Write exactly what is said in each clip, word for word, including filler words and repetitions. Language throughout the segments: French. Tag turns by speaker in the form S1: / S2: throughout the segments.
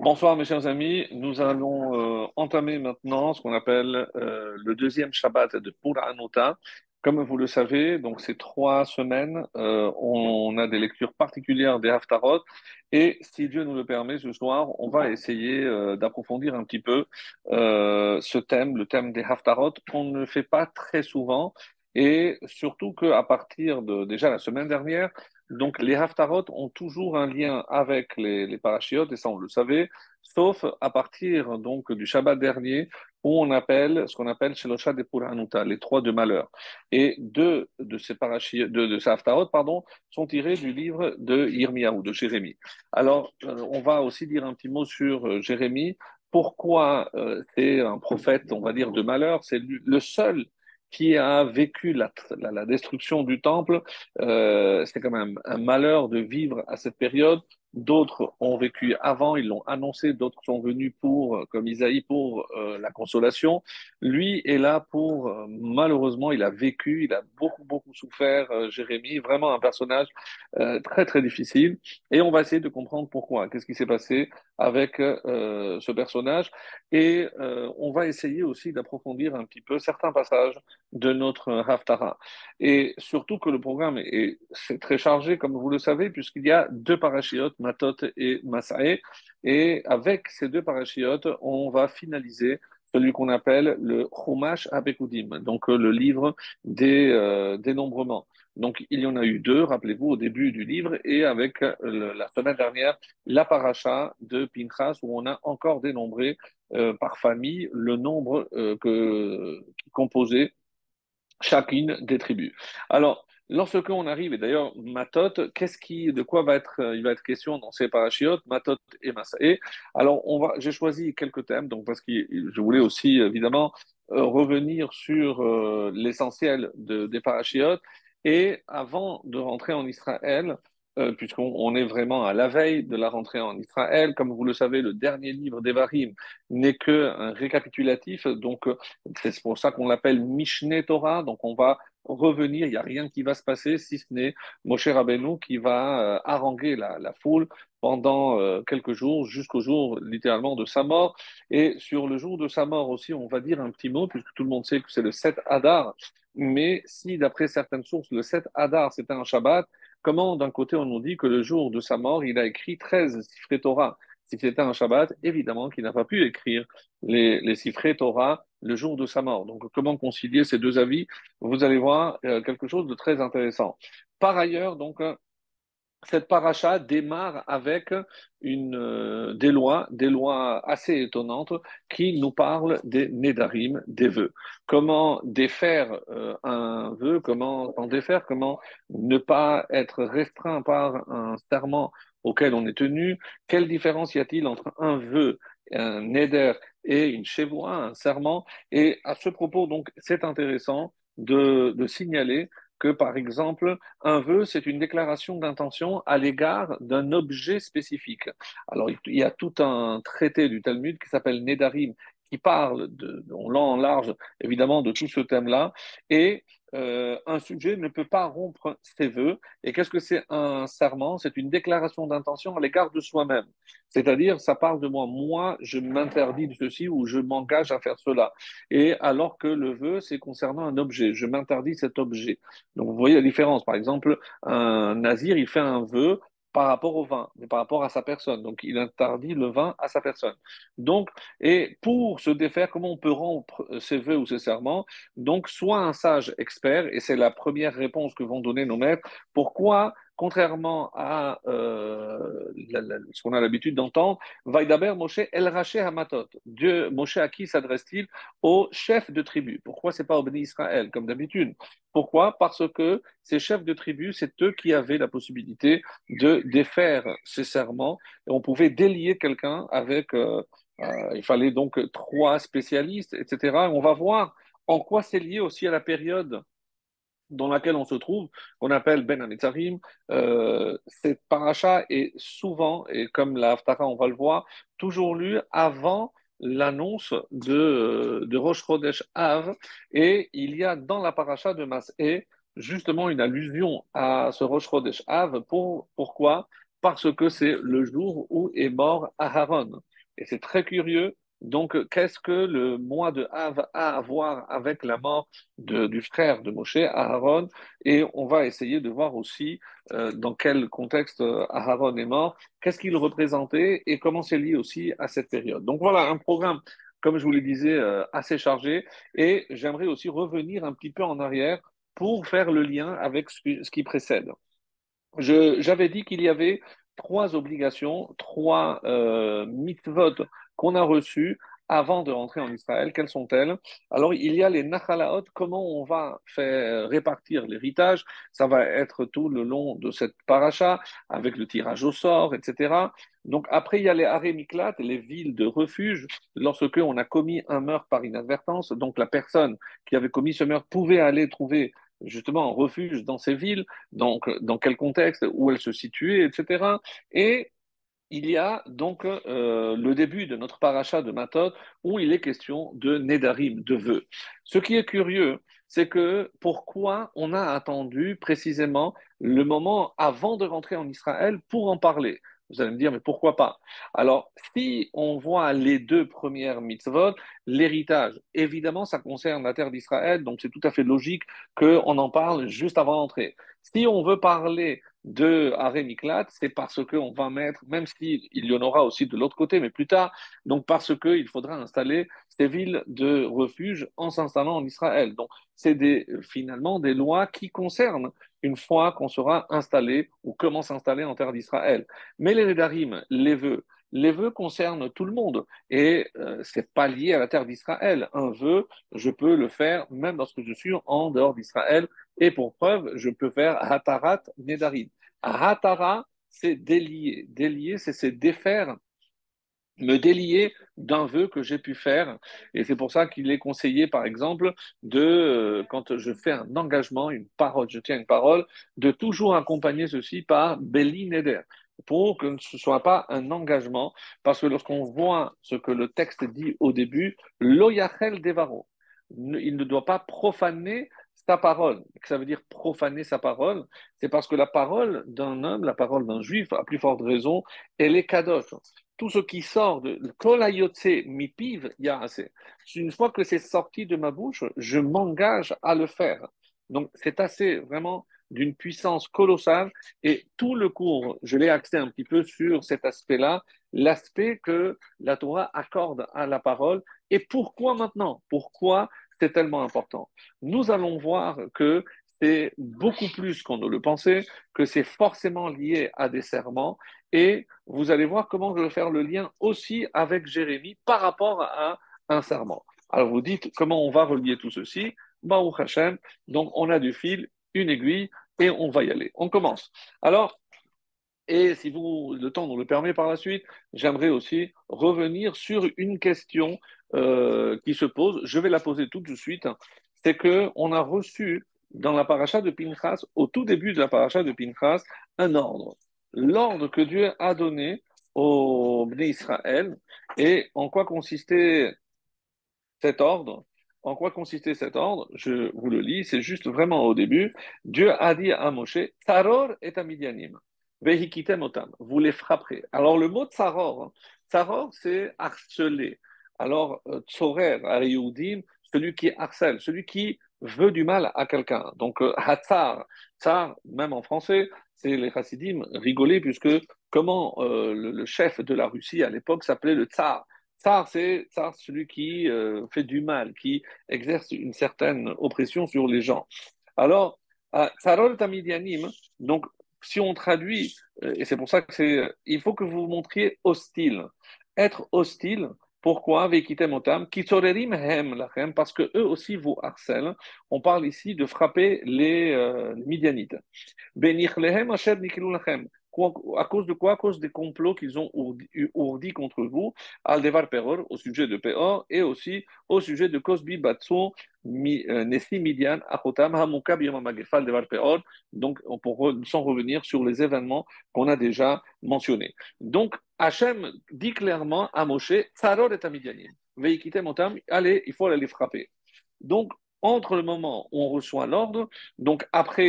S1: Bonsoir mes chers amis, nous allons euh, entamer maintenant ce qu'on appelle euh, le deuxième Shabbat de Pura Hanuta. Comme vous le savez, donc ces trois semaines, euh, on a des lectures particulières des Haftarot et si Dieu nous le permet, ce soir, on va essayer euh, d'approfondir un petit peu euh, ce thème, le thème des Haftarot, qu'on ne fait pas très souvent et surtout qu'à partir de déjà la semaine dernière, donc les Haftarot ont toujours un lien avec les, les parachiotes, et ça on le savait, sauf à partir donc du Shabbat dernier, où on appelle ce qu'on appelle Shelosha de Puranuta, les trois de malheur. Et deux de ces parachiotes, de, de ces Haftarot, pardon, sont tirés du livre de Yirmiyahu, de Jérémie. Alors, euh, on va aussi dire un petit mot sur euh, Jérémie. Pourquoi euh, c'est un prophète, on va dire, de malheur? C'est le seul qui a vécu la, la, la destruction du temple. Euh, c'est quand même un malheur de vivre à cette période. D'autres ont vécu avant, ils l'ont annoncé, d'autres sont venus pour, comme Isaïe, pour euh, la consolation. Lui est là pour, euh, malheureusement, il a vécu, il a beaucoup, beaucoup souffert, euh, Jérémie, vraiment un personnage euh, très, très difficile. Et on va essayer de comprendre pourquoi, qu'est-ce qui s'est passé avec euh, ce personnage. Et euh, on va essayer aussi d'approfondir un petit peu certains passages de notre Haftarah. Et surtout que le programme est, est- c'est très chargé, comme vous le savez, puisqu'il y a deux parachiotes, Matot et Masaé. Et avec ces deux parachiotes, on va finaliser celui qu'on appelle le Chumash Abekudim, donc euh, le livre des euh, dénombrements. Donc il y en a eu deux, rappelez-vous, au début du livre, et avec euh, le- la semaine dernière, la paracha de Pinchas, où on a encore dénombré euh, par famille le nombre euh, que, qui composait chacune des tribus. Alors, lorsque on arrive, et d'ailleurs, Matot, qu'est-ce qui, de quoi va être, euh, il va être question dans ces parachiotes, Matot et Massaé. Alors, on va, j'ai choisi quelques thèmes, donc parce que je voulais aussi évidemment euh, revenir sur euh, l'essentiel de, des parachiotes. Et avant de rentrer en Israël, euh, puisqu'on on est vraiment à la veille de la rentrée en Israël, comme vous le savez, le dernier livre d'Evarim n'est qu'un récapitulatif, donc euh, c'est pour ça qu'on l'appelle Mishneh Torah. Donc on va revenir, il n'y a rien qui va se passer si ce n'est Moshe Rabbeinu qui va euh, haranguer la, la foule pendant euh, quelques jours, jusqu'au jour littéralement de sa mort. Et sur le jour de sa mort aussi, on va dire un petit mot, puisque tout le monde sait que c'est le sept Adar. Mais si, d'après certaines sources, le sept Adar, c'était un Shabbat, comment d'un côté on nous dit que le jour de sa mort, il a écrit treize Sifrei Torah? Si c'était un Shabbat, évidemment qu'il n'a pas pu écrire les, les Sifrei Torah le jour de sa mort. Donc, comment concilier ces deux avis? Vous allez voir euh, quelque chose de très intéressant. Par ailleurs, donc, euh, cette paracha démarre avec une, euh, des lois, des lois assez étonnantes qui nous parlent des nédarim, des vœux. Comment défaire euh, un vœu, comment en défaire, comment ne pas être restreint par un serment auquel on est tenu. Quelle différence y a-t-il entre un vœu, un néder et une chevoie, un serment? Et à ce propos, donc, c'est intéressant de, de signaler que, par exemple, un vœu, c'est une déclaration d'intention à l'égard d'un objet spécifique. Alors, il y a tout un traité du Talmud qui s'appelle Nedarim, qui parle de, de en long, en large, évidemment, de tout ce thème-là. Et euh, un sujet ne peut pas rompre ses vœux. Et qu'est-ce que c'est un serment? C'est une déclaration d'intention à l'égard de soi-même. C'est-à-dire, ça parle de moi. Moi, je m'interdis de ceci ou je m'engage à faire cela. Et alors que le vœu, c'est concernant un objet. Je m'interdis cet objet. Donc, vous voyez la différence. Par exemple, un nazir, il fait un vœu par rapport au vin, mais par rapport à sa personne. Donc, il interdit le vin à sa personne. Donc, et pour se défaire, comment on peut rompre ses vœux ou ses serments? Donc, soit un sage expert, et c'est la première réponse que vont donner nos maîtres, pourquoi, contrairement à euh, la- la- ce qu'on a l'habitude d'entendre, Vaidaber Moshe El Raché Hamatot. Dieu, Moshe, à qui s'adresse-t-il? Au chef de tribu. Pourquoi c'est pas au béni Israël, comme d'habitude? Pourquoi? Parce que ces chefs de tribu, c'est eux qui avaient la possibilité de défaire ces serments. Et on pouvait délier quelqu'un avec, euh, euh, il fallait donc trois spécialistes, et cetera. On va voir en quoi c'est lié aussi à la période dans laquelle on se trouve, qu'on appelle Ben Hametzarim. Euh, cette paracha est souvent, et comme la Haftarah, on va le voir, toujours lue avant l'annonce de, de Rosh Chodesh Av. Et il y a dans la paracha de Mas'é justement une allusion à ce Rosh Chodesh Av. Pour, pourquoi? Parce que c'est le jour où est mort Aharon. Et c'est très curieux. Donc, qu'est-ce que le mois de Av a à voir avec la mort de- du frère de Moshe, Aaron? Et on va essayer de voir aussi euh, dans quel contexte euh, Aaron est mort, qu'est-ce qu'il représentait et comment c'est lié aussi à cette période. Donc voilà, un programme, comme je vous le disais, euh, assez chargé. Et j'aimerais aussi revenir un petit peu en arrière pour faire le lien avec ce qui, ce qui précède. Je, j'avais dit qu'il y avait trois obligations, trois euh, mitzvot qu'on a reçues avant de rentrer en Israël. Quelles sont-elles? Alors, il y a les nachalaot, comment on va faire répartir l'héritage. Ça va être tout le long de cette paracha, avec le tirage au sort, et cetera. Donc, après, il y a les arrêts miklat, les villes de refuge, lorsque on a commis un meurtre par inadvertance. Donc, la personne qui avait commis ce meurtre pouvait aller trouver justement un refuge dans ces villes, donc dans quel contexte, où elle se situait, et cetera. Et il y a donc euh, le début de notre paracha de Matot où il est question de Nédarim, de vœux. Ce qui est curieux, c'est que pourquoi on a attendu précisément le moment avant de rentrer en Israël pour en parler? Vous allez me dire, mais pourquoi pas? Alors, si on voit les deux premières mitzvot, l'héritage, évidemment, ça concerne la terre d'Israël, donc c'est tout à fait logique qu'on en parle juste avant d'entrer. Si on veut parler de Aré Miklat, c'est parce qu'on va mettre, même s'il y en aura aussi de l'autre côté, mais plus tard, donc parce qu'il faudra installer ces villes de refuge en s'installant en Israël. Donc, c'est des, finalement des lois qui concernent une fois qu'on sera installé ou comment s'installer en terre d'Israël. Mais les Nédarim, les vœux, les vœux concernent tout le monde et euh, c'est pas lié à la terre d'Israël. Un vœu, je peux le faire même lorsque je suis en dehors d'Israël. Et pour preuve, je peux faire Hatarat Nedarim. Hatara, c'est délier. Délier, c'est se défaire, me délier d'un vœu que j'ai pu faire. Et c'est pour ça qu'il est conseillé, par exemple, de, euh, quand je fais un engagement, une parole, je tiens une parole, de toujours accompagner ceci par Beli Neder, pour que ce ne soit pas un engagement, parce que lorsqu'on voit ce que le texte dit au début, Lo Yachel Devaro, il ne doit pas profaner sa parole. Ça veut dire profaner sa parole, c'est parce que la parole d'un homme, la parole d'un juif, à plus forte raison, elle est kadosh. Tout ce qui sort de Kol hayotze mipiv assez. Une fois que c'est sorti de ma bouche, je m'engage à le faire. Donc c'est assez vraiment d'une puissance colossale et tout le cours, je l'ai axé un petit peu sur cet aspect-là, l'aspect que la Torah accorde à la parole et pourquoi maintenant? Pourquoi c'est tellement important? Nous allons voir que c'est beaucoup plus qu'on ne le pensait, que c'est forcément lié à des serments et vous allez voir comment je vais faire le lien aussi avec Jérémie par rapport à un serment. Alors vous dites comment on va relier tout ceci? Baruch Hashem, donc on a du fil, une aiguille et on va y aller. On commence. Alors, et si vous, le temps nous le permet par la suite, j'aimerais aussi revenir sur une question euh, qui se pose. Je vais la poser tout de suite. C'est que on a reçu dans la paracha de Pinchas, au tout début de la paracha de Pinchas, un ordre. L'ordre que Dieu a donné au Bnei Israël et en quoi consistait cet ordre. En quoi consistait cet ordre? Je vous le lis, c'est juste vraiment au début. Dieu a dit à Moshe, Taror et à Midianim, vehikitem otam, vous les frapperez. Alors le mot tsaror, hein, tsaror c'est harceler. Alors euh, tsorer, Yehudim, celui qui harcèle, celui qui veut du mal à quelqu'un. Donc euh, hatzar, tsar, même en français, c'est les chassidim rigolaient puisque comment euh, le, le chef de la Russie à l'époque s'appelait le tsar. Tsar, c'est tsar, celui qui euh, fait du mal, qui exerce une certaine oppression sur les gens. Alors, à Tsarol Tamidianim, donc si on traduit, euh, et c'est pour ça que c'est, il faut que vous montriez hostile. Être hostile, pourquoi? Vekitem otam, kitsorerim hem lachem, parce que eux aussi vous harcèlent. On parle ici de frapper les, euh, les Midianites. Benichlehen asher niklu lachem. Quoi- À cause de quoi? À cause des complots qu'ils ont ourdi, ourdi contre vous, al devar Peor, au sujet de Peor, et aussi au sujet de Cosbi Batso, Mi- euh, Nessi Midian, Achotam, Hamukab, Yom HaMagepha, al devar Peor. Donc, on pourra sans revenir sur les événements qu'on a déjà mentionnés. Donc, Hachem dit clairement à Moshe, Tsaror et Amidianim, Veikitem Otam, allez, il faut aller les frapper. Donc, entre le moment où on reçoit l'ordre, donc après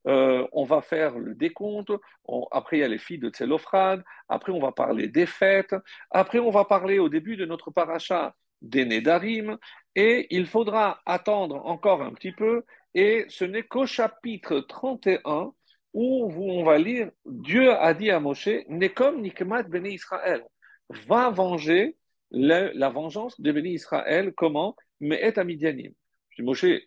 S1: euh, on va faire le décompte, on- après il y a les filles de Tselophrad, après on va parler des fêtes, après on va parler au début de notre paracha des Nédarim, et il faudra attendre encore un petit peu, et ce n'est qu'au chapitre trente et un où on va lire, Dieu a dit à Moshe, Nekom Nikmat Bene Israël, va venger la, la vengeance de Béni Israël, comment? Mais est à Midianim. Je dis, Moshe,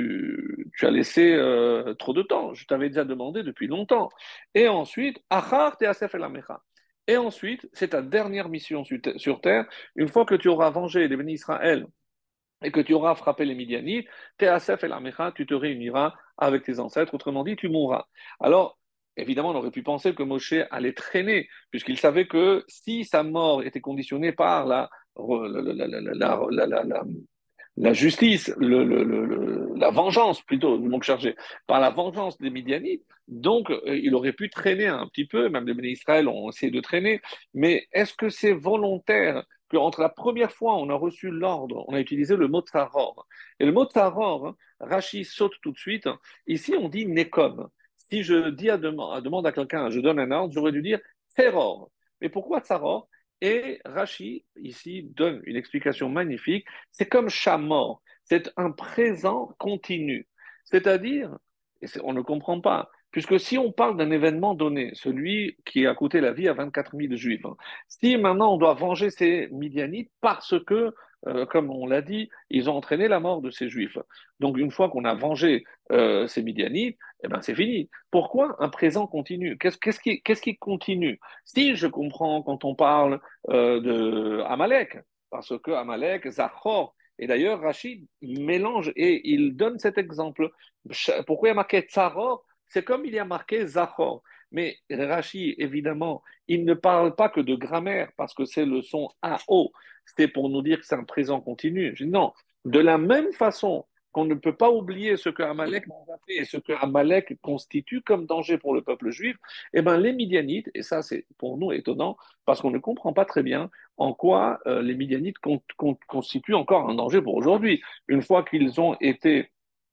S1: tu, tu as laissé euh, trop de temps, je t'avais déjà demandé depuis longtemps. Et ensuite, Achar Teasef El Amecha. Et ensuite, c'est ta dernière mission sur terre, une fois que tu auras vengé les Béni Israël et que tu auras frappé les Midianites, Teasef El Amecha, tu te réuniras avec tes ancêtres, autrement dit, tu mourras. Alors, évidemment, on aurait pu penser que Moshe allait traîner, puisqu'il savait que si sa mort était conditionnée par la, la, la, la, la, la, la la justice, le, le, le, la vengeance plutôt, le mot chargé, par la vengeance des Midianites, donc euh, il aurait pu traîner un petit peu, même les bénis Israël ont essayé de traîner, mais est-ce que c'est volontaire qu'entre la première fois on a reçu l'ordre, on a utilisé le mot tsaror, et le mot tsaror, hein, Rashi saute tout de suite, ici on dit nekom. Si je dis à, dem- à demande à quelqu'un, je donne un ordre, j'aurais dû dire terror. Mais pourquoi tsaror? Et Rashi, ici, donne une explication magnifique. C'est comme chat mort. C'est un présent continu. C'est-à-dire, et c'est- on ne comprend pas, puisque si on parle d'un événement donné, celui qui a coûté la vie à vingt-quatre mille juifs, hein, si maintenant on doit venger ces Midianites parce que, euh, comme on l'a dit, ils ont entraîné la mort de ces juifs. Donc une fois qu'on a vengé euh, ces Midianites, eh ben, c'est fini. Pourquoi un présent continu? Qu'est-ce qu'est-ce qui, qu'est-ce qui continue? Si je comprends quand on parle euh, de Amalek, parce que Amalek, Zachor, et d'ailleurs Rachid mélange et il donne cet exemple. Pourquoi il y a marqué Tzaror? C'est comme il y a marqué Zachor. Mais Rachid, évidemment, il ne parle pas que de grammaire, parce que c'est le son A O. C'est pour nous dire que c'est un présent continu. Je dis non. De la même façon qu'on ne peut pas oublier ce que Amalek a fait et ce que Amalek constitue comme danger pour le peuple juif, eh ben, les Midianites, et ça c'est pour nous étonnant, parce qu'on ne comprend pas très bien en quoi euh, les Midianites con- con- constituent encore un danger pour aujourd'hui. Une fois qu'ils ont été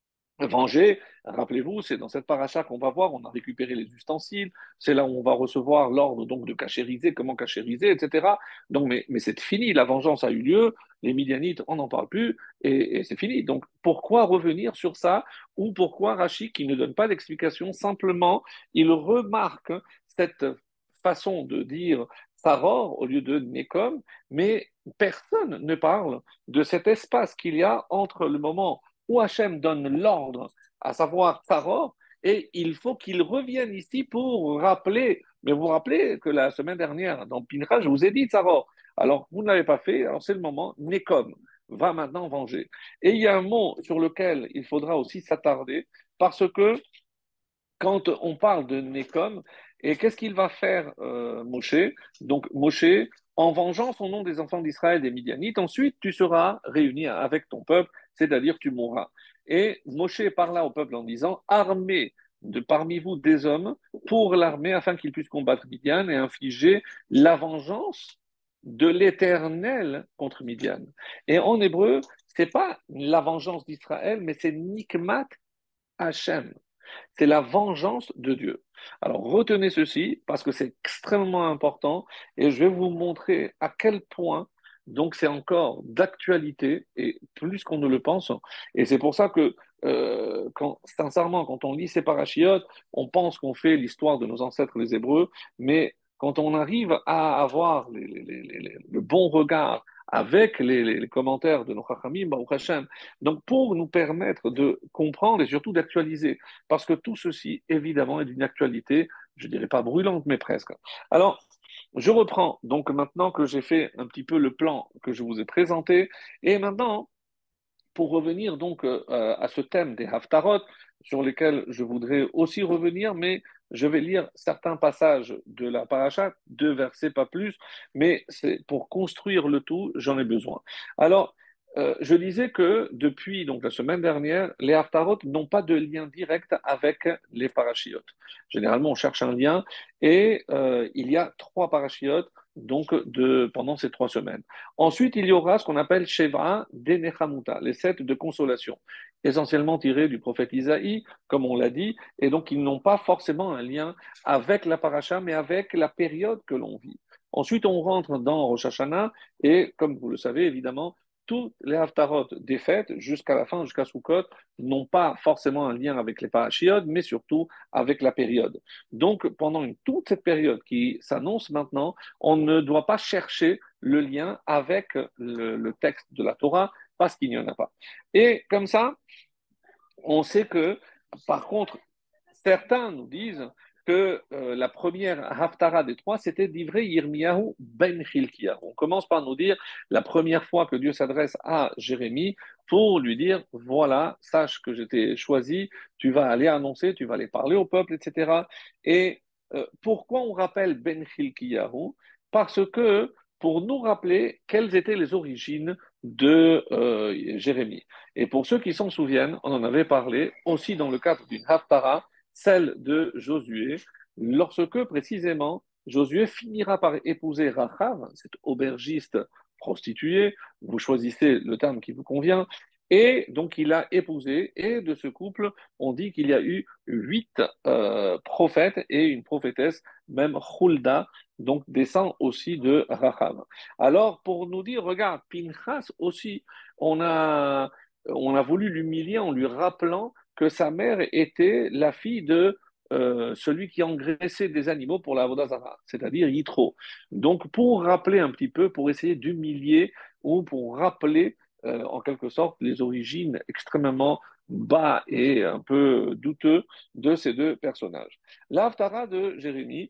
S1: vengés, rappelez-vous, c'est dans cette paracha qu'on va voir, on a récupéré les ustensiles, c'est là où on va recevoir l'ordre donc de cachériser, comment cachériser, et cetera. Donc, mais, mais c'est fini, la vengeance a eu lieu, les Midianites, on n'en parle plus, et, et c'est fini. Donc pourquoi revenir sur ça, ou pourquoi Rachid, qui ne donne pas d'explication, simplement, il remarque cette façon de dire Saror au lieu de Nekom, mais personne ne parle de cet espace qu'il y a entre le moment où Hachem donne l'ordre, à savoir Saror, et il faut qu'il revienne ici pour rappeler. Mais vous vous rappelez que la semaine dernière, dans Pincha, je vous ai dit Saror. Alors, vous ne l'avez pas fait, alors c'est le moment, Nekom va maintenant venger. Et il y a un mot sur lequel il faudra aussi s'attarder, parce que quand on parle de Nekom, et qu'est-ce qu'il va faire euh, Moshe? Donc Moshe, en vengeant son nom des enfants d'Israël des Midianites, ensuite tu seras réuni avec ton peuple, c'est-à-dire tu mourras. Et Moshe parla au peuple en disant, armez de parmi vous des hommes pour l'armée afin qu'ils puissent combattre Midian et infliger la vengeance de l'Éternel contre Midian. Et en hébreu, c'est pas la vengeance d'Israël, mais c'est Nikmat Hashem. C'est la vengeance de Dieu. Alors retenez ceci parce que c'est extrêmement important et je vais vous montrer à quel point donc c'est encore d'actualité et plus qu'on ne le pense. Et c'est pour ça que euh, quand, sincèrement, quand on lit ces parachiotes, on pense qu'on fait l'histoire de nos ancêtres les Hébreux, mais quand on arrive à avoir les- les- les- les- le bon regard avec les, les- les commentaires de nos Chachamim, Baruch Hashem, donc pour nous permettre de comprendre et surtout d'actualiser parce que tout ceci, évidemment, est d'une actualité, je dirais pas brûlante, mais presque. Alors, je reprends, donc maintenant que j'ai fait un petit peu le plan que je vous ai présenté, et maintenant, pour revenir donc euh, à ce thème des Haftarot, sur lesquels je voudrais aussi revenir, mais je vais lire certains passages de la paracha, deux versets, pas plus, mais c'est pour construire le tout, j'en ai besoin. Alors, euh, je disais que depuis donc la semaine dernière, les Haftarot n'ont pas de lien direct avec les parachiotes. Généralement, on cherche un lien et euh, il y a trois parachiotes donc de, pendant ces trois semaines. Ensuite, il y aura ce qu'on appelle Sheva Denechamuta, les sept de consolation, essentiellement tirés du prophète Isaïe, comme on l'a dit, et donc ils n'ont pas forcément un lien avec la paracha, mais avec la période que l'on vit. Ensuite, on rentre dans Rosh Hashanah, et comme vous le savez, évidemment, toutes les haftarot des fêtes, jusqu'à la fin, jusqu'à Sukkot, n'ont pas forcément un lien avec les parashiot, mais surtout avec la période. Donc, pendant une, toute cette période qui s'annonce maintenant, on ne doit pas chercher le lien avec le, le texte de la Torah parce qu'il n'y en a pas. Et comme ça, on sait que, par contre, certains nous disent que euh, la première Haftara des trois, c'était d'Ivrei Yirmiyahu ben Chilkiyahu. On commence par nous dire la première fois que Dieu s'adresse à Jérémie pour lui dire, voilà, sache que je t'ai choisi, tu vas aller annoncer, tu vas aller parler au peuple, et cetera. Et euh, pourquoi on rappelle ben Chilkiyahu? Parce que pour nous rappeler quelles étaient les origines de euh, Jérémie. Et pour ceux qui s'en souviennent, on en avait parlé aussi dans le cadre d'une Haftara, celle de Josué, lorsque précisément Josué finira par épouser Rachav, cette aubergiste prostituée, vous choisissez le terme qui vous convient, et donc il a épousé, et de ce couple, on dit qu'il y a eu huit euh, prophètes et une prophétesse, même Hulda, donc descend aussi de Rachav. Alors pour nous dire, regarde, Pinchas aussi, on a, on a voulu l'humilier en lui rappelant que sa mère était la fille de euh, celui qui engraissait des animaux pour la Vodazara, c'est-à-dire Yitro. Donc, pour rappeler un petit peu, pour essayer d'humilier ou pour rappeler euh, en quelque sorte les origines extrêmement bas et un peu douteux de ces deux personnages. L'Haftara de Jérémie,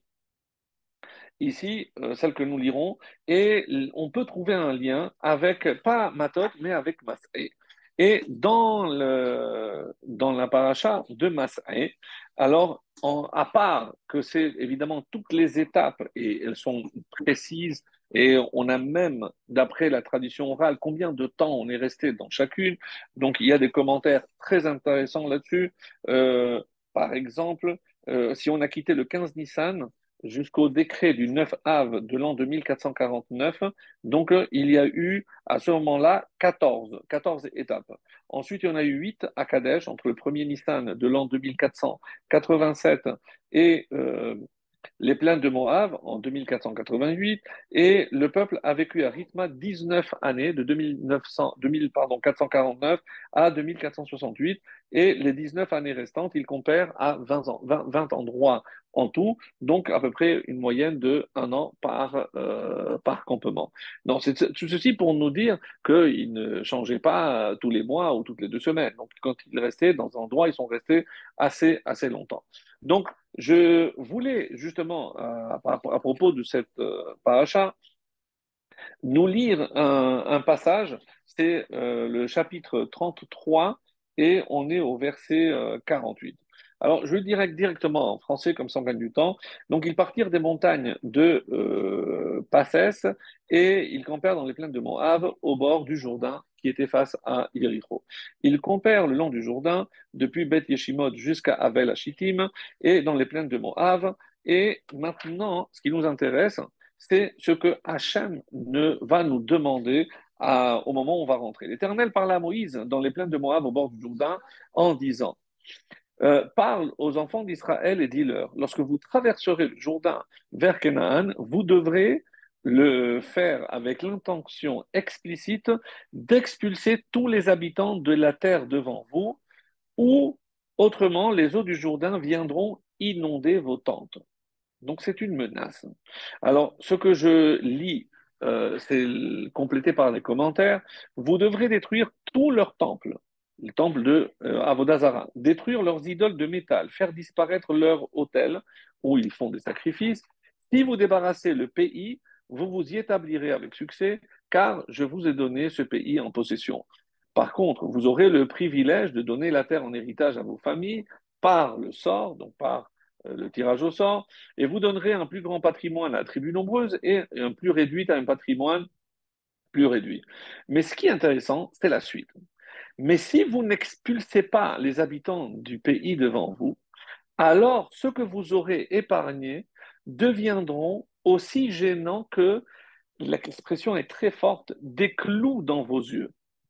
S1: ici, euh, celle que nous lirons, et on peut trouver un lien avec, pas Matot, mais avec Mas'é. Et dans, le, dans la paracha de Mas'é, alors, en- à part que c'est évidemment toutes les étapes, et elles sont précises, et on a même, d'après la tradition orale, combien de temps on est resté dans chacune. Donc, il y a des commentaires très intéressants là-dessus. Euh, par exemple, euh, si on a quitté le quinze Nissan, jusqu'au décret du neuf Av de l'an deux mille quatre cent quarante-neuf. Donc, euh, il y a eu à ce moment-là quatorze, quatorze étapes. Ensuite, il y en a eu huit à Kadesh, entre le premier Nissan de l'an deux mille quatre cent quatre-vingt-sept et euh, les plaines de Moab en deux mille quatre cent quatre-vingt-huit, et le peuple a vécu à Rithma dix-neuf années, de deux mille neuf cents, deux mille, pardon, quatre cent quarante-neuf à deux mille quatre cent soixante-huit, et les dix-neuf années restantes, il compare à vingt, ans, vingt, vingt endroits en tout, donc à peu près une moyenne de un an par, euh, par campement. Non, c'est tout ceci pour nous dire qu'ils ne changeaient pas tous les mois ou toutes les deux semaines. Donc quand ils restaient dans un endroit, ils sont restés assez, assez longtemps. Donc, je voulais justement, à, à- à propos de cette euh, paracha, nous lire un, un passage, c'est euh, le chapitre trente-trois et on est au verset euh, quarante-huit. Alors, je vais dire directement en français, comme ça on gagne du temps. Donc, ils partirent des montagnes de euh, Passes et ils campèrent dans les plaines de Moab, au bord du Jourdain, qui était face à Yéricho. Ils campèrent le long du Jourdain, depuis Beth Yeshimot jusqu'à Avel Ashittim, et dans les plaines de Moab. Et maintenant, ce qui nous intéresse, c'est ce que Hachem ne va nous demander à- au moment où on va rentrer. L'Éternel parla à Moïse dans les plaines de Moab au bord du Jourdain en disant, euh, parle aux enfants d'Israël et dis-leur, lorsque vous traverserez le Jourdain vers Canaan, vous devrez le faire avec l'intention explicite d'expulser tous les habitants de la terre devant vous, ou autrement les eaux du Jourdain viendront inonder vos tentes. Donc c'est une menace. Alors, ce que je lis, euh, c'est complété par les commentaires. Vous devrez détruire tous leurs temples, le temple de euh, Avodazara, détruire leurs idoles de métal, faire disparaître leurs autels où ils font des sacrifices. Si vous débarrassez le pays, vous vous y établirez avec succès, car je vous ai donné ce pays en possession. Par contre, vous aurez le privilège de donner la terre en héritage à vos familles par le sort, donc par euh, le tirage au sort, et vous donnerez un plus grand patrimoine à la tribu nombreuse et un plus réduit à un patrimoine plus réduit. Mais ce qui est intéressant, c'est la suite. Mais si vous n'expulsez pas les habitants du pays devant vous, alors ceux que vous aurez épargnés deviendront aussi gênant que l'expression est très forte, des clous dans vos yeux.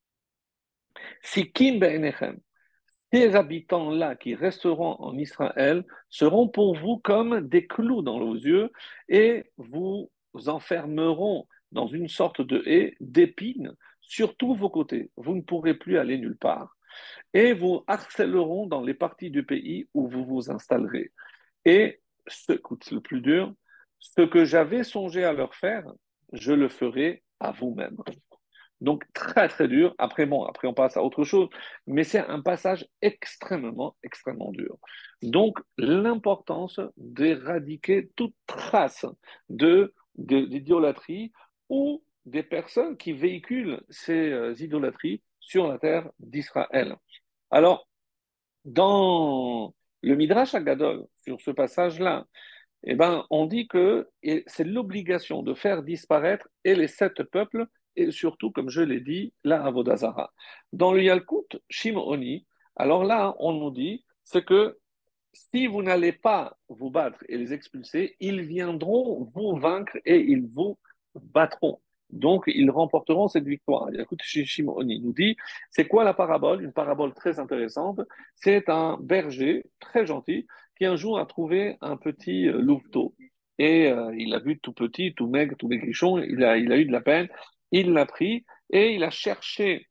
S1: Si Kim be'enechem, ces habitants-là qui resteront en Israël seront pour vous comme des clous dans vos yeux et vous enfermeront dans une sorte de haie d'épines sur tous vos côtés. Vous ne pourrez plus aller nulle part. Et vous harcèleront dans les parties du pays où vous vous installerez. Et ce, écoute, le plus dur, ce que j'avais songé à leur faire, je le ferai à vous-même. Donc, très, très dur. Après, bon, après, on passe à autre chose. Mais c'est un passage extrêmement, extrêmement dur. Donc, l'importance d'éradiquer toute trace de, de- d'idolâtrie ou des personnes qui véhiculent ces euh, idolâtries sur la terre d'Israël. Alors, dans le Midrash Agadol, sur ce passage-là, eh ben, on dit que c'est l'obligation de faire disparaître et les sept peuples et surtout, comme je l'ai dit, la Avodazara. Dans le Yalkut Shimoni, alors là, on nous dit, c'est que si vous n'allez pas vous battre et les expulser, ils viendront vous vaincre et ils vous battront. Donc, ils remporteront cette victoire. Écoute, Shimoni nous dit, c'est quoi la parabole? Une parabole très intéressante. C'est un berger très gentil qui un jour a trouvé un petit euh, louveteau. Et euh, il l'a vu tout petit, tout maigre, tout maigrichon. Il a, il a eu de la peine. Il l'a pris et il a cherché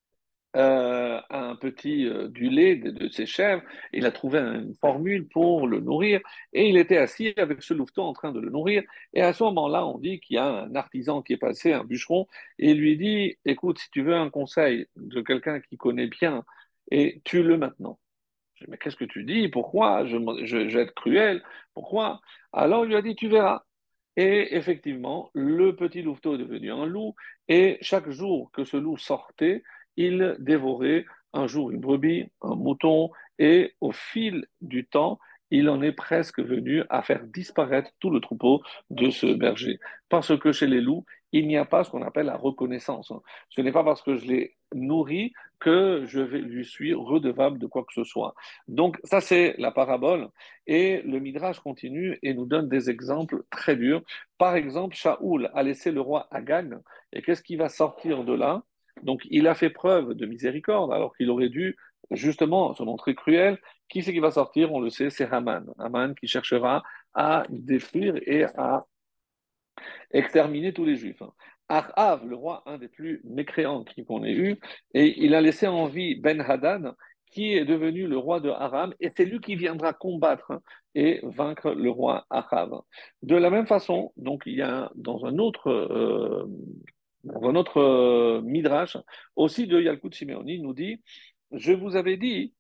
S1: euh, un petit euh, du lait de, de ses chèvres. Il a trouvé une formule pour le nourrir et il était assis avec ce louveteau en train de le nourrir. Et à ce moment-là, on dit qu'il y a un artisan qui est passé, un bûcheron, et il lui dit, écoute, si tu veux un conseil de quelqu'un qui connaît bien, et tue-le maintenant. Je dis, mais qu'est-ce que tu dis? Pourquoi? Je, je, je vais être cruel. Pourquoi? Alors il lui a dit, tu verras. Et effectivement, le petit louveteau est devenu un loup, et chaque jour que ce loup sortait, il dévorait un jour une brebis, un mouton, et au fil du temps, il en est presque venu à faire disparaître tout le troupeau de ce berger. Parce que chez les loups, il n'y a pas ce qu'on appelle la reconnaissance. Ce n'est pas parce que je l'ai nourri que je vais, lui suis redevable de quoi que ce soit. Donc ça, c'est la parabole. Et le Midrash continue et nous donne des exemples très durs. Par exemple, Shaoul a laissé le roi Agag, et qu'est-ce qui va sortir de là? Donc, il a fait preuve de miséricorde, alors qu'il aurait dû justement se montrer cruel. Qui c'est qui va sortir? On le sait, c'est Haman. Haman qui cherchera à détruire et à exterminer tous les Juifs. Achav, le roi, un des plus mécréants qu'on ait eu, et il a laissé en vie Ben-Hadad, qui est devenu le roi de Aram, et c'est lui qui viendra combattre et vaincre le roi Achav. De la même façon, donc il y a dans un autre, euh, dans un autre euh, midrash, aussi de Yalkut Shimeoni, il nous dit, je vous avais dit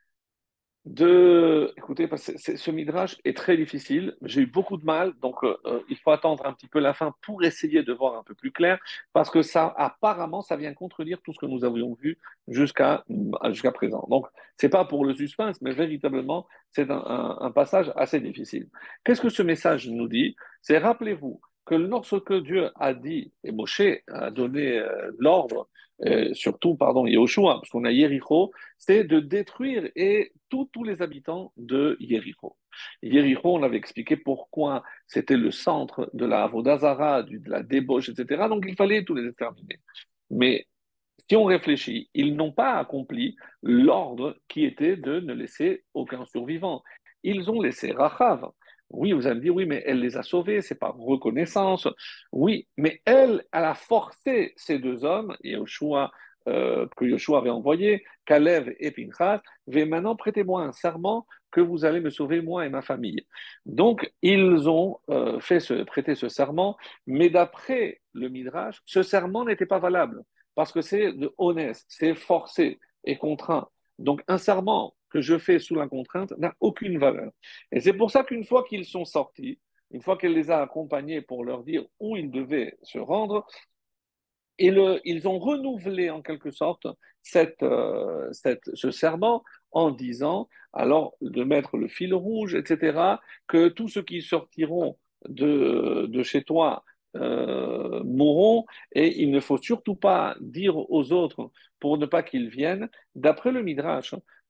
S1: de... Écoutez, parce que c'est- ce midrash est très difficile. J'ai eu beaucoup de mal, donc euh, euh, il faut attendre un petit peu la fin pour essayer de voir un peu plus clair, parce que ça, apparemment, ça vient contredire tout ce que nous avions vu jusqu'à jusqu'à présent. Donc, c'est pas pour le suspense, mais véritablement, c'est un, un- un passage assez difficile. Qu'est-ce que ce message nous dit? C'est rappelez-vous que lorsque Dieu a dit, et Moshe a donné euh, l'ordre, euh, surtout, pardon, Yahushua, parce qu'on a Yéricho, c'est de détruire et tous tous les habitants de Yéricho. Yéricho, on avait expliqué pourquoi c'était le centre de la Avodazara, de la débauche, et cetera. Donc il fallait tous les exterminer. Mais si on réfléchit, ils n'ont pas accompli l'ordre qui était de ne laisser aucun survivant. Ils ont laissé Rachav. Oui, vous allez me dire, oui, mais elle les a sauvés, c'est par reconnaissance. Oui, mais elle, elle a forcé ces deux hommes, Yoshua, euh, que Yoshua avait envoyé, Kalev et Pinchas, mais maintenant prêtez-moi un serment que vous allez me sauver, moi et ma famille. Donc, ils ont euh, fait ce, prêté ce serment, mais d'après le Midrash, ce serment n'était pas valable parce que c'est de honnête, c'est forcé et contraint. Donc un serment que je fais sous la contrainte n'a aucune valeur. Et c'est pour ça qu'une fois qu'ils sont sortis, une fois qu'elle les a accompagnés pour leur dire où ils devaient se rendre, et le, ils ont renouvelé en quelque sorte cette, euh, cette, ce serment en disant alors de mettre le fil rouge, et cetera, que tous ceux qui sortiront de, de chez toi euh, mourront et il ne faut surtout pas dire aux autres pour ne pas qu'ils viennent. D'après le Midrash,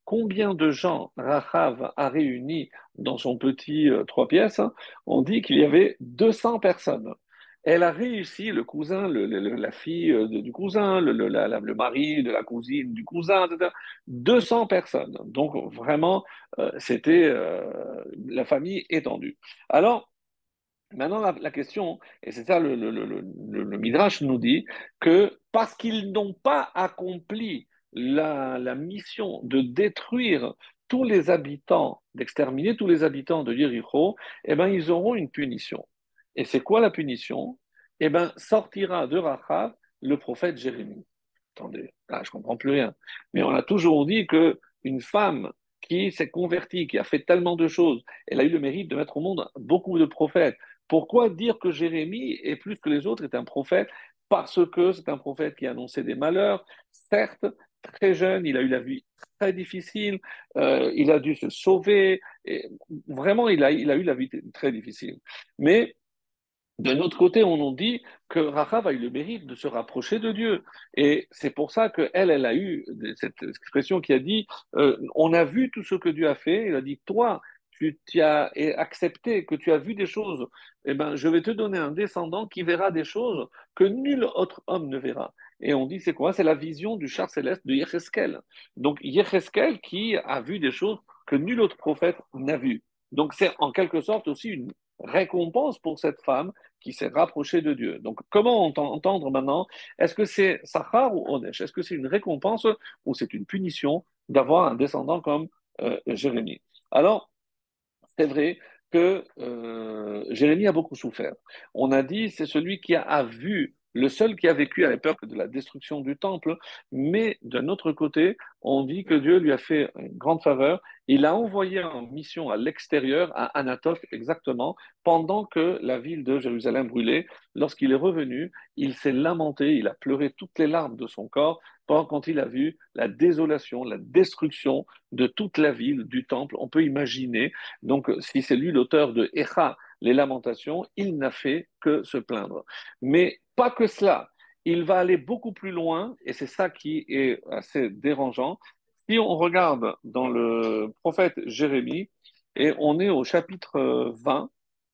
S1: combien de gens Rachav a réunis dans son petit euh, trois pièces, hein, on dit qu'il y avait deux cents personnes. Elle a réussi, le cousin, le- le- le- la fille euh, de- du cousin, le, le- la- la- le mari de la cousine du cousin, et cetera deux cents personnes. Donc vraiment, euh, c'était euh, la famille étendue. Alors, maintenant, la, la question, et c'est ça le, le, le, le- le Midrash nous dit, que parce qu'ils n'ont pas accompli la, la mission de détruire tous les habitants, d'exterminer tous les habitants de Yericho, eh ben, ils auront une punition. Et c'est quoi la punition? Eh ben, sortira de Rachav le prophète Jérémie. Attendez, là, je comprends plus rien. Mais on a toujours dit que une femme qui s'est convertie, qui a fait tellement de choses, elle a eu le mérite de mettre au monde beaucoup de prophètes. Pourquoi dire que Jérémie est plus que les autres est un prophète? Parce que c'est un prophète qui a annoncé des malheurs. Certes, très jeune, il a eu la vie très difficile, euh, il a dû se sauver. Et vraiment, il a, il a eu la vie très difficile. Mais d'un autre côté, on nous dit que Rachav a eu le mérite de se rapprocher de Dieu. Et c'est pour ça qu'elle, elle elle a eu cette expression qui a dit euh, on a vu tout ce que Dieu a fait. Il a dit toi, tu, tu as accepté que tu as vu des choses. Eh ben, je vais te donner un descendant qui verra des choses que nul autre homme ne verra. Et on dit c'est quoi? C'est la vision du char céleste de Yecheskel. Donc Yecheskel qui a vu des choses que nul autre prophète n'a vues. Donc c'est en quelque sorte aussi une récompense pour cette femme qui s'est rapproché de Dieu. Donc, comment entendre maintenant? Est-ce que c'est Sachar ou Onesh? Est-ce que c'est une récompense ou c'est une punition d'avoir un descendant comme euh, Jérémie? Alors, c'est vrai que euh, Jérémie a beaucoup souffert. On a dit c'est celui qui a, a vu, le seul qui a vécu à l'époque de la destruction du temple, mais d'un autre côté, on dit que Dieu lui a fait une grande faveur. Il a envoyé en mission à l'extérieur, à Anatote exactement, pendant que la ville de Jérusalem brûlait. Lorsqu'il est revenu, il s'est lamenté, il a pleuré toutes les larmes de son corps quand il a vu la désolation, la destruction de toute la ville, du temple. On peut imaginer donc, si c'est lui l'auteur de Echa, les lamentations, il n'a fait que se plaindre. Mais pas que cela, il va aller beaucoup plus loin, et c'est ça qui est assez dérangeant. Si on regarde dans le prophète Jérémie, et on est au chapitre vingt,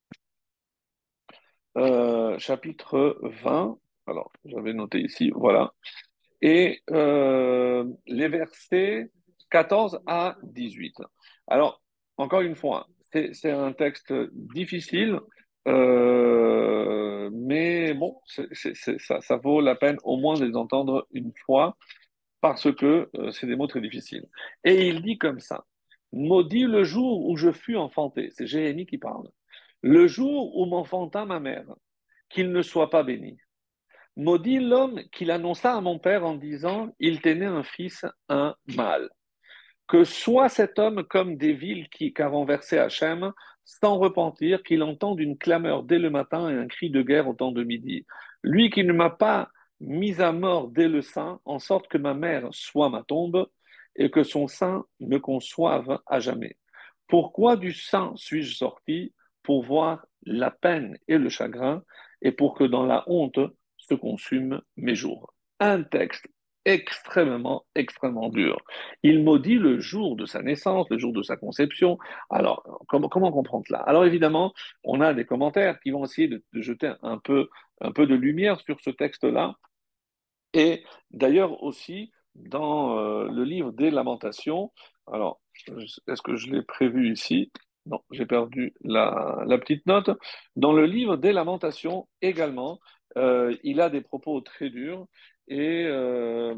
S1: euh, chapitre vingt, alors j'avais noté ici, voilà, et euh, les versets quatorze à dix-huit. Alors, encore une fois, c'est c'est un texte difficile, euh, mais bon, c'est- c'est- c'est- ça, ça vaut la peine au moins de les entendre une fois parce que euh, c'est des mots très difficiles. Et il dit comme ça, maudit le jour où je fus enfanté, c'est Jérémie qui parle, le jour où m'enfanta ma mère, qu'il ne soit pas béni. Maudit l'homme qu'il annonça à mon père en disant, il t'est né un fils, un mâle. Que soit cet homme comme des villes qui, qu'a renversé Hachem, sans repentir, qu'il entende une clameur dès le matin et un cri de guerre au temps de midi. Lui qui ne m'a pas mis à mort dès le sein, en sorte que ma mère soit ma tombe et que son sein me conçoive à jamais. Pourquoi du sein suis-je sorti? Pour voir la peine et le chagrin, et pour que dans la honte se consument mes jours. Un texte extrêmement, extrêmement dur. Il maudit le jour de sa naissance, le jour de sa conception. Alors, comment, comment comprendre cela? Alors évidemment, on a des commentaires qui vont essayer de, de jeter un peu, un peu de lumière sur ce texte-là. Et d'ailleurs aussi, dans euh, le livre des Lamentations, alors, est-ce que je l'ai prévu ici? Non, j'ai perdu la, la petite note. Dans le livre des Lamentations également, euh, il a des propos très durs et euh,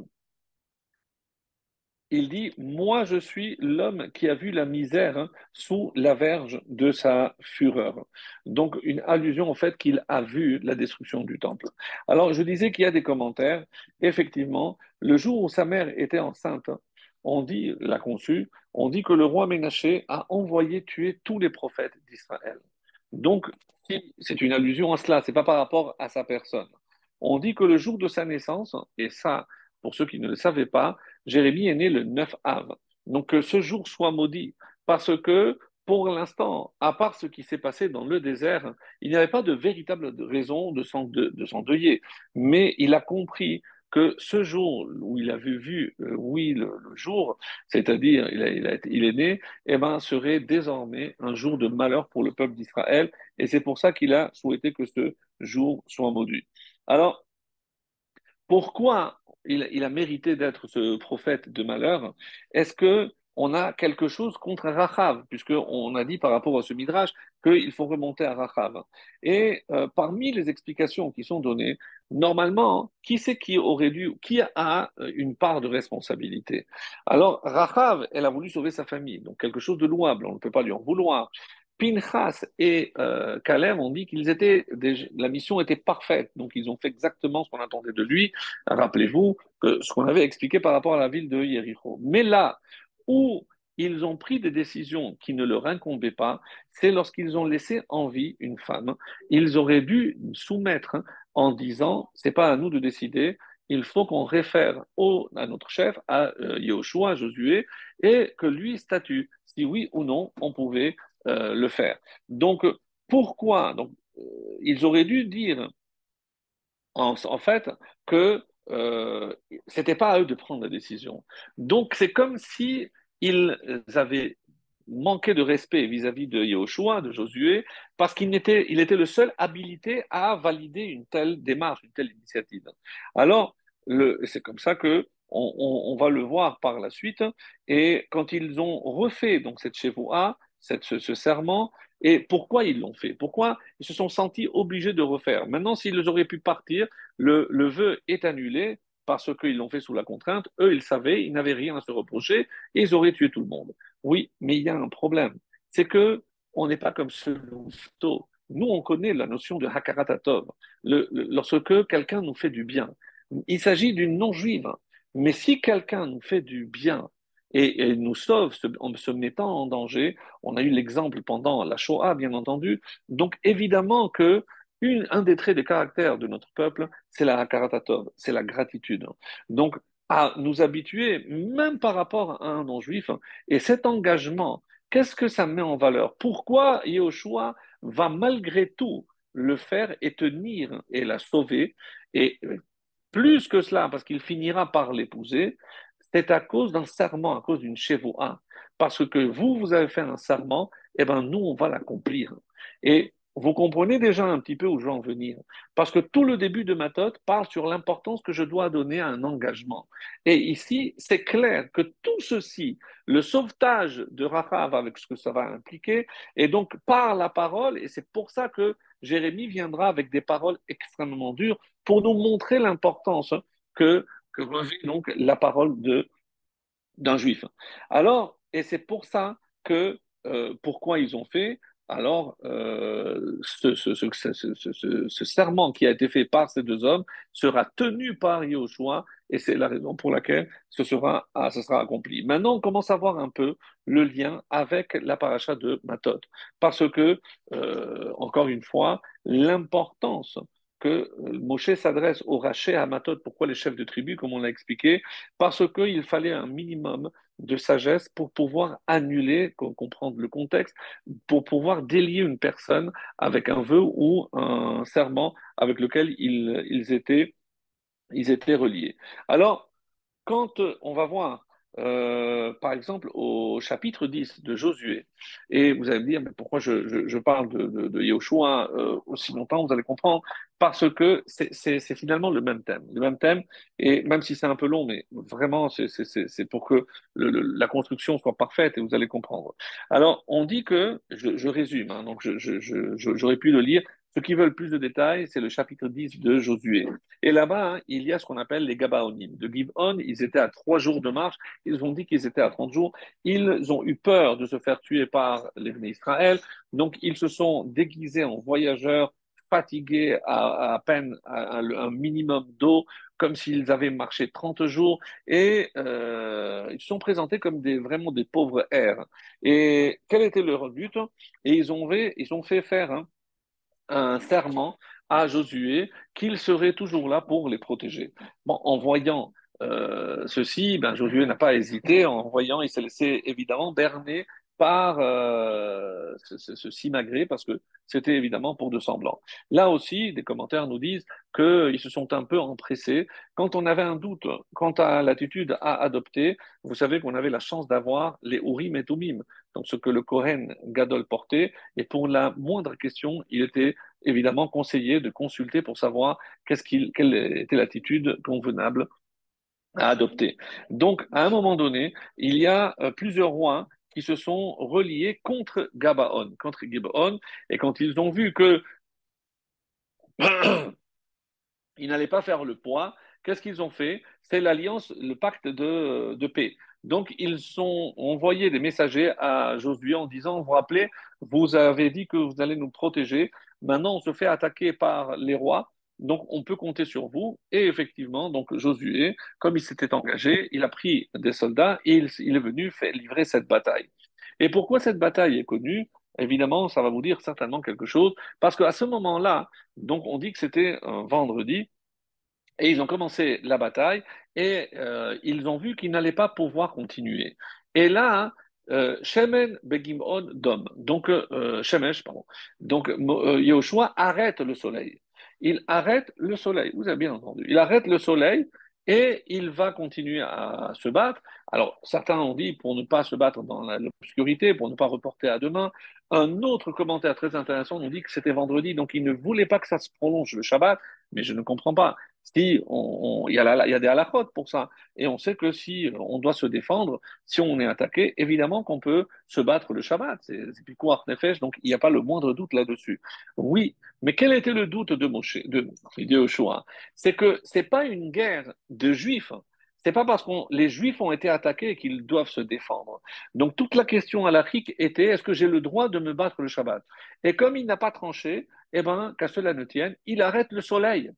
S1: il dit, moi je suis l'homme qui a vu la misère hein, sous la verge de sa fureur. Donc une allusion au fait qu'il a vu la destruction du temple. Alors je disais qu'il y a des commentaires. Effectivement, le jour où sa mère était enceinte, on dit, l'a conçue, on dit que le roi Ménaché a envoyé tuer tous les prophètes d'Israël. Donc si c'est une allusion à cela, c'est pas par rapport à sa personne. On dit que le jour de sa naissance, et ça, pour ceux qui ne le savaient pas, Jérémie est né le neuf Av. Donc que ce jour soit maudit, parce que pour l'instant, à part ce qui s'est passé dans le désert, il n'y avait pas de véritable raison de s'en- de- de s'endeuiller. Mais il a compris que ce jour où il avait vu, euh, oui, le, le jour, c'est-à-dire il, a- il, a été- il est né, eh ben, serait désormais un jour de malheur pour le peuple d'Israël. Et c'est pour ça qu'il a souhaité que ce jour soit maudit. Alors, pourquoi il, il a mérité d'être ce prophète de malheur? Est-ce que on a quelque chose contre Rachav, puisqu'on a dit par rapport à ce midrash qu'il faut remonter à Rachav. Et euh, parmi les explications qui sont données, normalement, qui c'est qui aurait dû, qui a euh, une part de responsabilité? Alors, Rachav, elle a voulu sauver sa famille, donc quelque chose de louable, on ne peut pas lui en vouloir. Pinchas et euh, Caleb ont dit qu'ils étaient, déjà- la mission était parfaite, donc ils ont fait exactement ce qu'on attendait de lui. Rappelez-vous que ce qu'on avait expliqué par rapport à la ville de Jéricho. Mais là où ils ont pris des décisions qui ne leur incombaient pas, c'est lorsqu'ils ont laissé en vie une femme. Ils auraient dû soumettre hein, en disant, c'est pas à nous de décider, il faut qu'on réfère au, à notre chef, à euh, Yahushua, à Josué, et que lui statue si oui ou non on pouvait euh, le faire. Donc, pourquoi? Donc, euh, ils auraient dû dire en, en fait que euh, c'était pas à eux de prendre la décision. Donc c'est comme si ils avaient manqué de respect vis-à-vis de Yahushua, de Josué, parce qu'il était, il était le seul habilité à valider une telle démarche, une telle initiative. Alors le, c'est comme ça que on, on, on, va le voir par la suite. Et quand ils ont refait donc cette chevoua, cette, ce, ce serment, et pourquoi ils l'ont fait? Pourquoi ils se sont sentis obligés de refaire? Maintenant, s'ils auraient pu partir, le, le vœu est annulé parce qu'ils l'ont fait sous la contrainte. Eux, ils savaient, ils n'avaient rien à se reprocher et ils auraient tué tout le monde. Oui, mais il y a un problème. C'est que on n'est pas comme ce louveteau. Nous, on connaît la notion de hakarat le, le, lorsque quelqu'un nous fait du bien. Il s'agit d'une non-juive. Mais si quelqu'un nous fait du bien et, et nous sauve en se mettant en danger, on a eu l'exemple pendant la Shoah, bien entendu. Donc, évidemment que une, un des traits de caractère de notre peuple, c'est la hakarat c'est la gratitude. Donc, à nous habituer, même par rapport à un non-juif, et cet engagement, qu'est-ce que ça met en valeur? Pourquoi Yahushua va malgré tout le faire et tenir et la sauver? Et plus que cela, parce qu'il finira par l'épouser, c'est à cause d'un serment, à cause d'une chevoua. Parce que vous, vous avez fait un serment, et bien nous, on va l'accomplir. Et vous comprenez déjà un petit peu où je veux en venir. Parce que tout le début de ma thèse parle sur l'importance que je dois donner à un engagement. Et ici, c'est clair que tout ceci, le sauvetage de Rachav avec ce que ça va impliquer, et donc par la parole, et c'est pour ça que Jérémie viendra avec des paroles extrêmement dures pour nous montrer l'importance que, que revêt donc la parole de, d'un juif. Alors, et c'est pour ça que, euh, pourquoi ils ont fait, alors, euh, ce, ce, ce, ce, ce, ce serment qui a été fait par ces deux hommes sera tenu par Yahushua, et c'est la raison pour laquelle ce sera, ah, ce sera accompli. Maintenant, on commence à voir un peu le lien avec la paracha de Matot, parce que, euh, encore une fois, l'importance que euh, Moshe s'adresse au Raché à Matot, pourquoi les chefs de tribu, comme on l'a expliqué, parce qu'il fallait un minimum de sagesse pour pouvoir annuler, comprendre le contexte, pour pouvoir délier une personne avec un vœu ou un serment avec lequel ils, ils étaient, ils étaient reliés. Alors, quand euh, on va voir, euh, par exemple, au chapitre dix de Josué, et vous allez me dire, mais pourquoi je, je, je parle de, de, de Yahushua euh, aussi longtemps, vous allez comprendre, parce que c'est c'est- c'est finalement le même thème. Le même thème, et même si c'est un peu long, mais vraiment, c'est c'est- c'est- c'est pour que le- le- la construction soit parfaite, et vous allez comprendre. Alors, on dit que, je, je résume, hein, donc je, je, je- je- j'aurais pu le lire, ceux qui veulent plus de détails, c'est le chapitre dix de Josué. Et là-bas, hein, il y a ce qu'on appelle les Gabaonim. De Giv'on, ils étaient à trois jours de marche. Ils ont dit qu'ils étaient à trente jours. Ils ont eu peur de se faire tuer par les Bnei Israël. Donc, ils se sont déguisés en voyageurs, fatigués à, à peine à, à un minimum d'eau, comme s'ils avaient marché trente jours. Et euh, ils se sont présentés comme des, vraiment des pauvres airs. Et quel était leur but? Et ils ont fait, ils ont fait faire hein, un serment à Josué qu'il serait toujours là pour les protéger. Bon, en voyant euh, ceci, ben, Josué n'a pas hésité. En voyant, il s'est laissé évidemment berner par euh, ce, ce, ce simagrée parce que c'était évidemment pour de semblant. Là aussi, des commentaires nous disent qu'ils se sont un peu empressés. Quand on avait un doute quant à l'attitude à adopter, vous savez qu'on avait la chance d'avoir les Urim et Tumim, donc ce que le Kohen Gadol portait, et pour la moindre question, il était évidemment conseillé de consulter pour savoir qu'est-ce qu'il, quelle était l'attitude convenable à adopter. Donc, à un moment donné, il y a euh, plusieurs rois qui se sont reliés contre Gabaon, contre Gabaon, et quand ils ont vu que ils n'allaient pas faire le poids. Qu'est-ce qu'ils ont fait? C'est l'alliance, le pacte de, de paix. Donc, ils ont envoyé des messagers à Josué en disant, vous vous rappelez, vous avez dit que vous allez nous protéger. Maintenant, on se fait attaquer par les rois. Donc, on peut compter sur vous. Et effectivement, donc Josué, comme il s'était engagé, il a pris des soldats et il, il est venu faire livrer cette bataille. Et pourquoi cette bataille est connue? Évidemment, ça va vous dire certainement quelque chose, parce qu'à ce moment-là, donc on dit que c'était un vendredi, et ils ont commencé la bataille et euh, ils ont vu qu'ils n'allaient pas pouvoir continuer. Et là, euh, Shemen Begimon Dom, donc euh, Shemesh, pardon, donc euh, Yehoshua arrête le soleil. Il arrête le soleil, vous avez bien entendu. Il arrête le soleil et il va continuer à se battre. Alors, certains ont dit pour ne pas se battre dans l'obscurité, pour ne pas reporter à demain. Un autre commentaire très intéressant nous dit que c'était vendredi, donc il ne voulait pas que ça se prolonge le Shabbat, mais je ne comprends pas. Si on, on- il y a la- il y a des halakhot pour ça. Et on sait que si on doit se défendre, si on est attaqué, évidemment qu'on peut se battre le Shabbat. C'est c'est Pikuach Nefesh, donc il n'y a pas le moindre doute là-dessus. Oui, mais quel était le doute de Moshe, de, de Yoshua? C'est que c'est pas une guerre de Juifs. C'est pas parce que les Juifs ont été attaqués qu'ils doivent se défendre. Donc toute la question halachique était est-ce que j'ai le droit de me battre le Shabbat? Et comme il n'a pas tranché, eh ben, qu'à cela ne tienne, il arrête le soleil.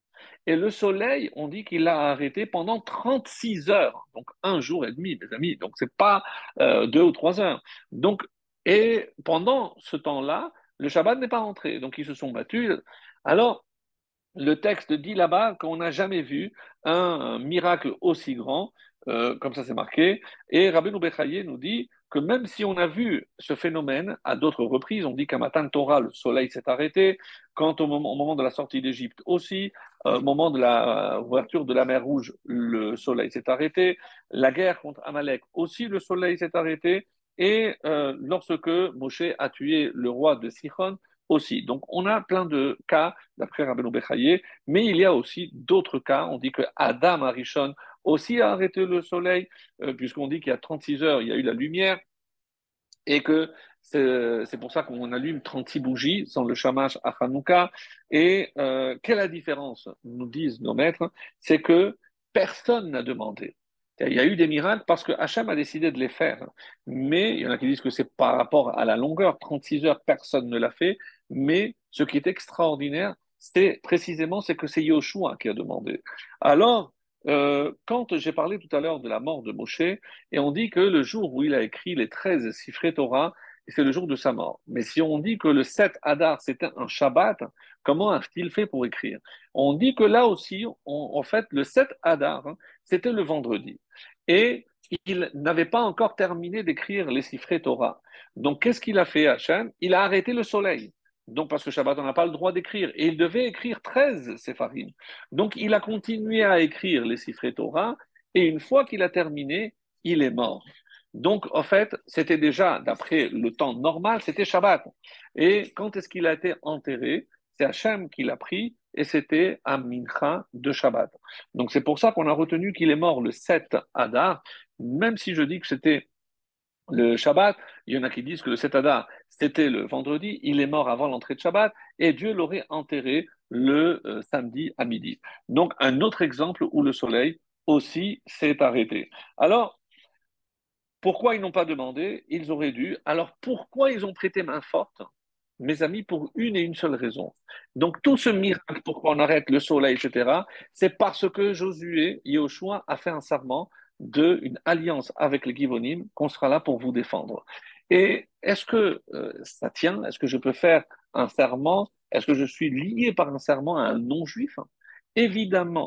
S1: Et le soleil, on dit qu'il l'a arrêté pendant trente-six heures, donc un jour et demi, mes amis. Donc, c'est pas euh, deux ou trois heures. Donc, et pendant ce temps-là, le Shabbat n'est pas rentré. Donc, ils se sont battus. Alors, le texte dit là-bas qu'on n'a jamais vu un, un miracle aussi grand, euh, comme ça c'est marqué. Et Rabbeinu Bechaye nous dit que même si on a vu ce phénomène à d'autres reprises, on dit qu'à Matan Torah, le soleil s'est arrêté, quand au moment, au moment de la sortie d'Égypte aussi, euh, au moment de la ouverture de la mer Rouge, le soleil s'est arrêté, la guerre contre Amalek aussi, le soleil s'est arrêté, et euh, lorsque Moshe a tué le roi de Sichon aussi. Donc on a plein de cas d'après Rabbeinu Bechaye, mais il y a aussi d'autres cas. On dit que Adam Arishon aussi a arrêté le soleil, euh, puisqu'on dit qu'il y a trente-six heures, il y a eu la lumière, et que c'est c'est pour ça qu'on allume trente-six bougies sans le shamash à Hanouka. Et euh, quelle est la différence, nous disent nos maîtres, c'est que personne n'a demandé. Il y a eu des miracles parce que Hachem a décidé de les faire. Mais il y en a qui disent que c'est par rapport à la longueur, trente-six heures, personne ne l'a fait. Mais ce qui est extraordinaire, c'est précisément c'est que c'est Yoshua qui a demandé. Alors, euh, quand j'ai parlé tout à l'heure de la mort de Moshe, et on dit que le jour où il a écrit les treize Sifrei Torah, c'est le jour de sa mort. Mais si on dit que le sept Adar, c'était un Shabbat, comment a-t-il fait pour écrire? On dit que là aussi, on- en fait, le sept Adar, hein, c'était le vendredi. Et il n'avait pas encore terminé d'écrire les Sifrei Torah. Donc, qu'est-ce qu'il a fait, Hachem? Il a arrêté le soleil. Donc, parce que Shabbat, on n'a pas le droit d'écrire. Et il devait écrire treize Séfarim. Donc, il a continué à écrire les Sifrei Torah. Et une fois qu'il a terminé, il est mort. Donc, en fait, c'était déjà, d'après le temps normal, c'était Shabbat. Et quand est-ce qu'il a été enterré? C'est Hachem qui l'a pris et c'était à Mincha de Shabbat. Donc, c'est pour ça qu'on a retenu qu'il est mort le sept Adar, même si je dis que c'était le Shabbat. Il y en a qui disent que le sept Adar, c'était le vendredi. Il est mort avant l'entrée de Shabbat et Dieu l'aurait enterré le euh, samedi à midi. Donc, un autre exemple où le soleil aussi s'est arrêté. Alors, pourquoi ils n'ont pas demandé? Ils auraient dû. Alors pourquoi ils ont prêté main forte? Mes amis, pour une et une seule raison. Donc tout ce miracle, pourquoi on arrête le soleil, et cetera, c'est parce que Josué, Yahushua, a fait un serment de une alliance avec les Givonim, qu'on sera là pour vous défendre. Et est-ce que euh, ça tient? Est-ce que je peux faire un serment? Est-ce que je suis lié par un serment à un non-juif? Évidemment.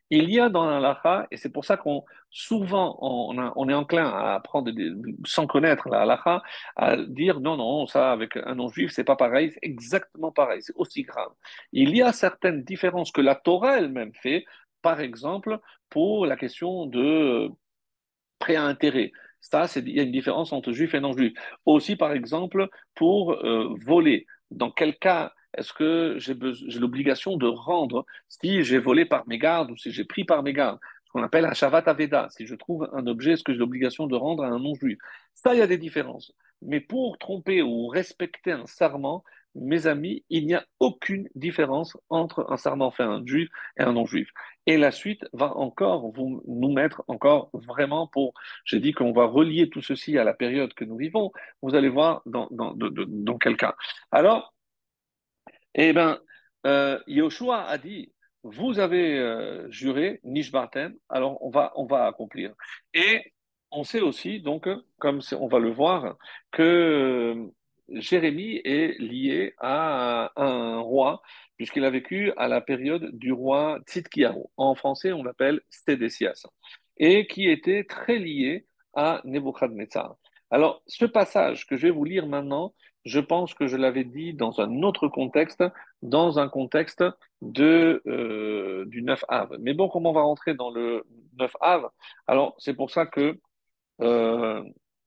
S1: Il y a dans la halakha, et c'est pour ça qu'on souvent on, a- on est enclin à apprendre des- sans connaître la halakha, à dire non, non, ça avec un non-juif, c'est pas pareil, c'est exactement pareil, c'est aussi grave. Il y a certaines différences que la Torah elle-même fait, par exemple, pour la question de prêt à intérêt. Ça, c'est, il y a une différence entre juif et non-juif. Aussi, par exemple, pour euh, voler. Dans quel cas est-ce que j'ai besoin- j'ai l'obligation de rendre si j'ai volé par mégarde ou si j'ai pris par mégarde? Ce qu'on appelle un shavat aveda. Si je trouve un objet, est-ce que j'ai l'obligation de rendre à un non-juif? Ça, il y a des différences. Mais pour tromper ou respecter un serment, mes amis, il n'y a aucune différence entre un serment fait à un juif et un non-juif. Et la suite va encore vous, nous mettre encore vraiment pour j'ai dit qu'on va relier tout ceci à la période que nous vivons. Vous allez voir dans, dans, de- de- dans quel cas. Alors, eh bien, euh, Yoshua a dit, vous avez euh, juré, Nishbarten, alors on va, on va accomplir. Et on sait aussi, donc, comme c'est- on va le voir, que euh, Jérémie est lié à un roi, puisqu'il a vécu à la période du roi Tzidkiyahu. En français, on l'appelle Stédécias, et qui était très lié à Nebuchadnezzar. Alors, ce passage que je vais vous lire maintenant, je pense que je l'avais dit dans un autre contexte, dans un contexte de, euh, du neuf Av. Mais bon, comme on va rentrer dans le neuf Av, alors c'est pour ça que euh,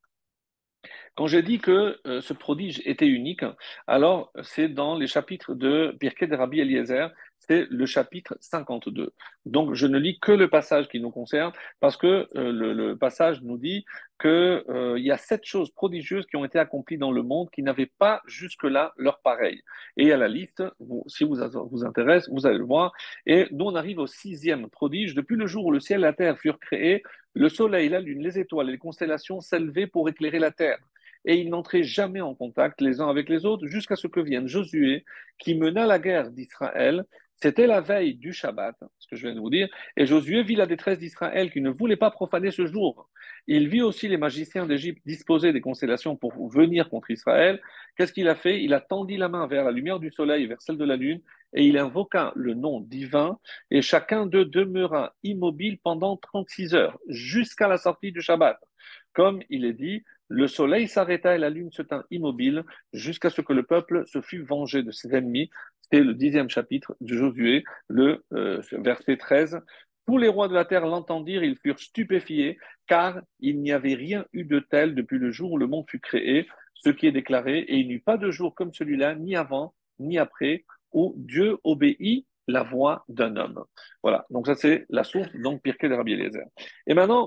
S1: quand j'ai dit que euh, ce prodige était unique, alors c'est dans les chapitres de Pirkei de Rabbi Eliezer, c'est le chapitre cinquante-deux. Donc je ne lis que le passage qui nous concerne parce que euh, le, le passage nous dit qu'il euh, y a sept choses prodigieuses qui ont été accomplies dans le monde qui n'avaient pas jusque-là leur pareil. Et à la liste, vous, si vous vous intéresse, vous allez le voir. Et nous on arrive au sixième prodige. Depuis le jour où le ciel et la terre furent créés, le soleil, la lune, les étoiles et les constellations s'élevaient pour éclairer la terre et ils n'entraient jamais en contact les uns avec les autres jusqu'à ce que vienne Josué qui mena la guerre d'Israël. C'était la veille du Shabbat, ce que je viens de vous dire, et Josué vit la détresse d'Israël qui ne voulait pas profaner ce jour. Il vit aussi les magiciens d'Égypte disposer des constellations pour venir contre Israël. Qu'est-ce qu'il a fait? Il a tendu la main vers la lumière du soleil, vers celle de la lune, et il invoqua le nom divin, et chacun d'eux demeura immobile pendant trente-six heures, jusqu'à la sortie du Shabbat. Comme il est dit, le soleil s'arrêta et la lune se tint immobile jusqu'à ce que le peuple se fût vengé de ses ennemis. C'est le dixième chapitre de Josué, le euh, verset treize. Tous les rois de la terre l'entendirent, ils furent stupéfiés, car il n'y avait rien eu de tel depuis le jour où le monde fut créé, ce qui est déclaré, et il n'y eut pas de jour comme celui-là, ni avant, ni après, où Dieu obéit la voix d'un homme. Voilà, donc ça c'est la source, donc Pirkei de Rabbi Eliezer. Et maintenant,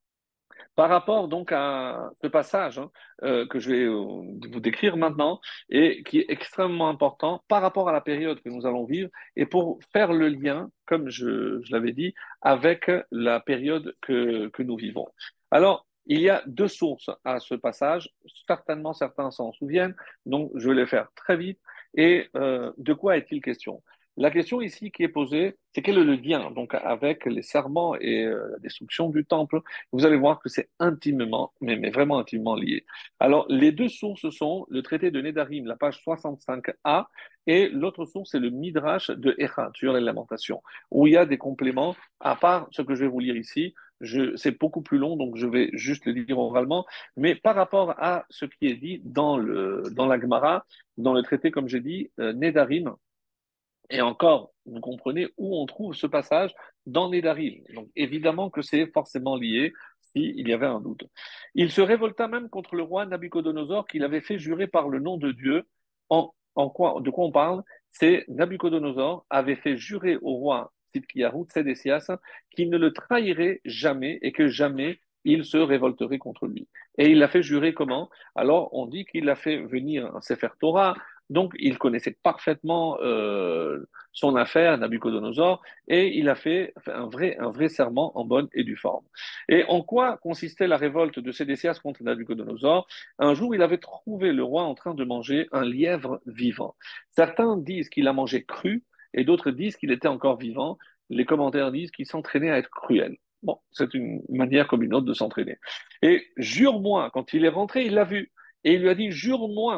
S1: par rapport donc à ce passage hein, euh, que je vais euh, vous décrire maintenant et qui est extrêmement important par rapport à la période que nous allons vivre et pour faire le lien, comme je, je l'avais dit, avec la période que, que nous vivons. Alors, il y a deux sources à ce passage, certainement certains s'en souviennent, donc je vais les faire très vite. Et euh, de quoi est-il question? La question ici qui est posée, c'est quel est le lien donc avec les serments et euh, la destruction du temple? Vous allez voir que c'est intimement, mais, mais vraiment intimement lié. Alors, les deux sources sont le traité de Nédarim, la page soixante-cinq a, et l'autre source, c'est le Midrash de Echa, sur les lamentations, où il y a des compléments, à part ce que je vais vous lire ici. Je, c'est beaucoup plus long, donc je vais juste le lire oralement. Mais par rapport à ce qui est dit dans, le, dans la Gemara, dans le traité, comme j'ai dit, euh, Nédarim, et encore, vous comprenez où on trouve ce passage dans Nédarim. Donc évidemment que c'est forcément lié s'il y avait un doute. Il se révolta même contre le roi Nabucodonosor qu'il avait fait jurer par le nom de Dieu. En, en quoi, de quoi on parle? C'est Nabucodonosor avait fait jurer au roi Tzidkiyahu, Sédécias, qu'il ne le trahirait jamais et que jamais il se révolterait contre lui. Et il l'a fait jurer comment? Alors on dit qu'il a fait venir un Sefer Torah, donc, il connaissait parfaitement euh, son affaire, Nabucodonosor, et il a fait un vrai, un vrai serment en bonne et due forme. Et en quoi consistait la révolte de Sédécias contre Nabucodonosor? Un jour, il avait trouvé le roi en train de manger un lièvre vivant. Certains disent qu'il a mangé cru, et d'autres disent qu'il était encore vivant. Les commentaires disent qu'il s'entraînait à être cruel. Bon, c'est une manière comme une autre de s'entraîner. Et jure-moi, quand il est rentré, il l'a vu. Et il lui a dit, jure-moi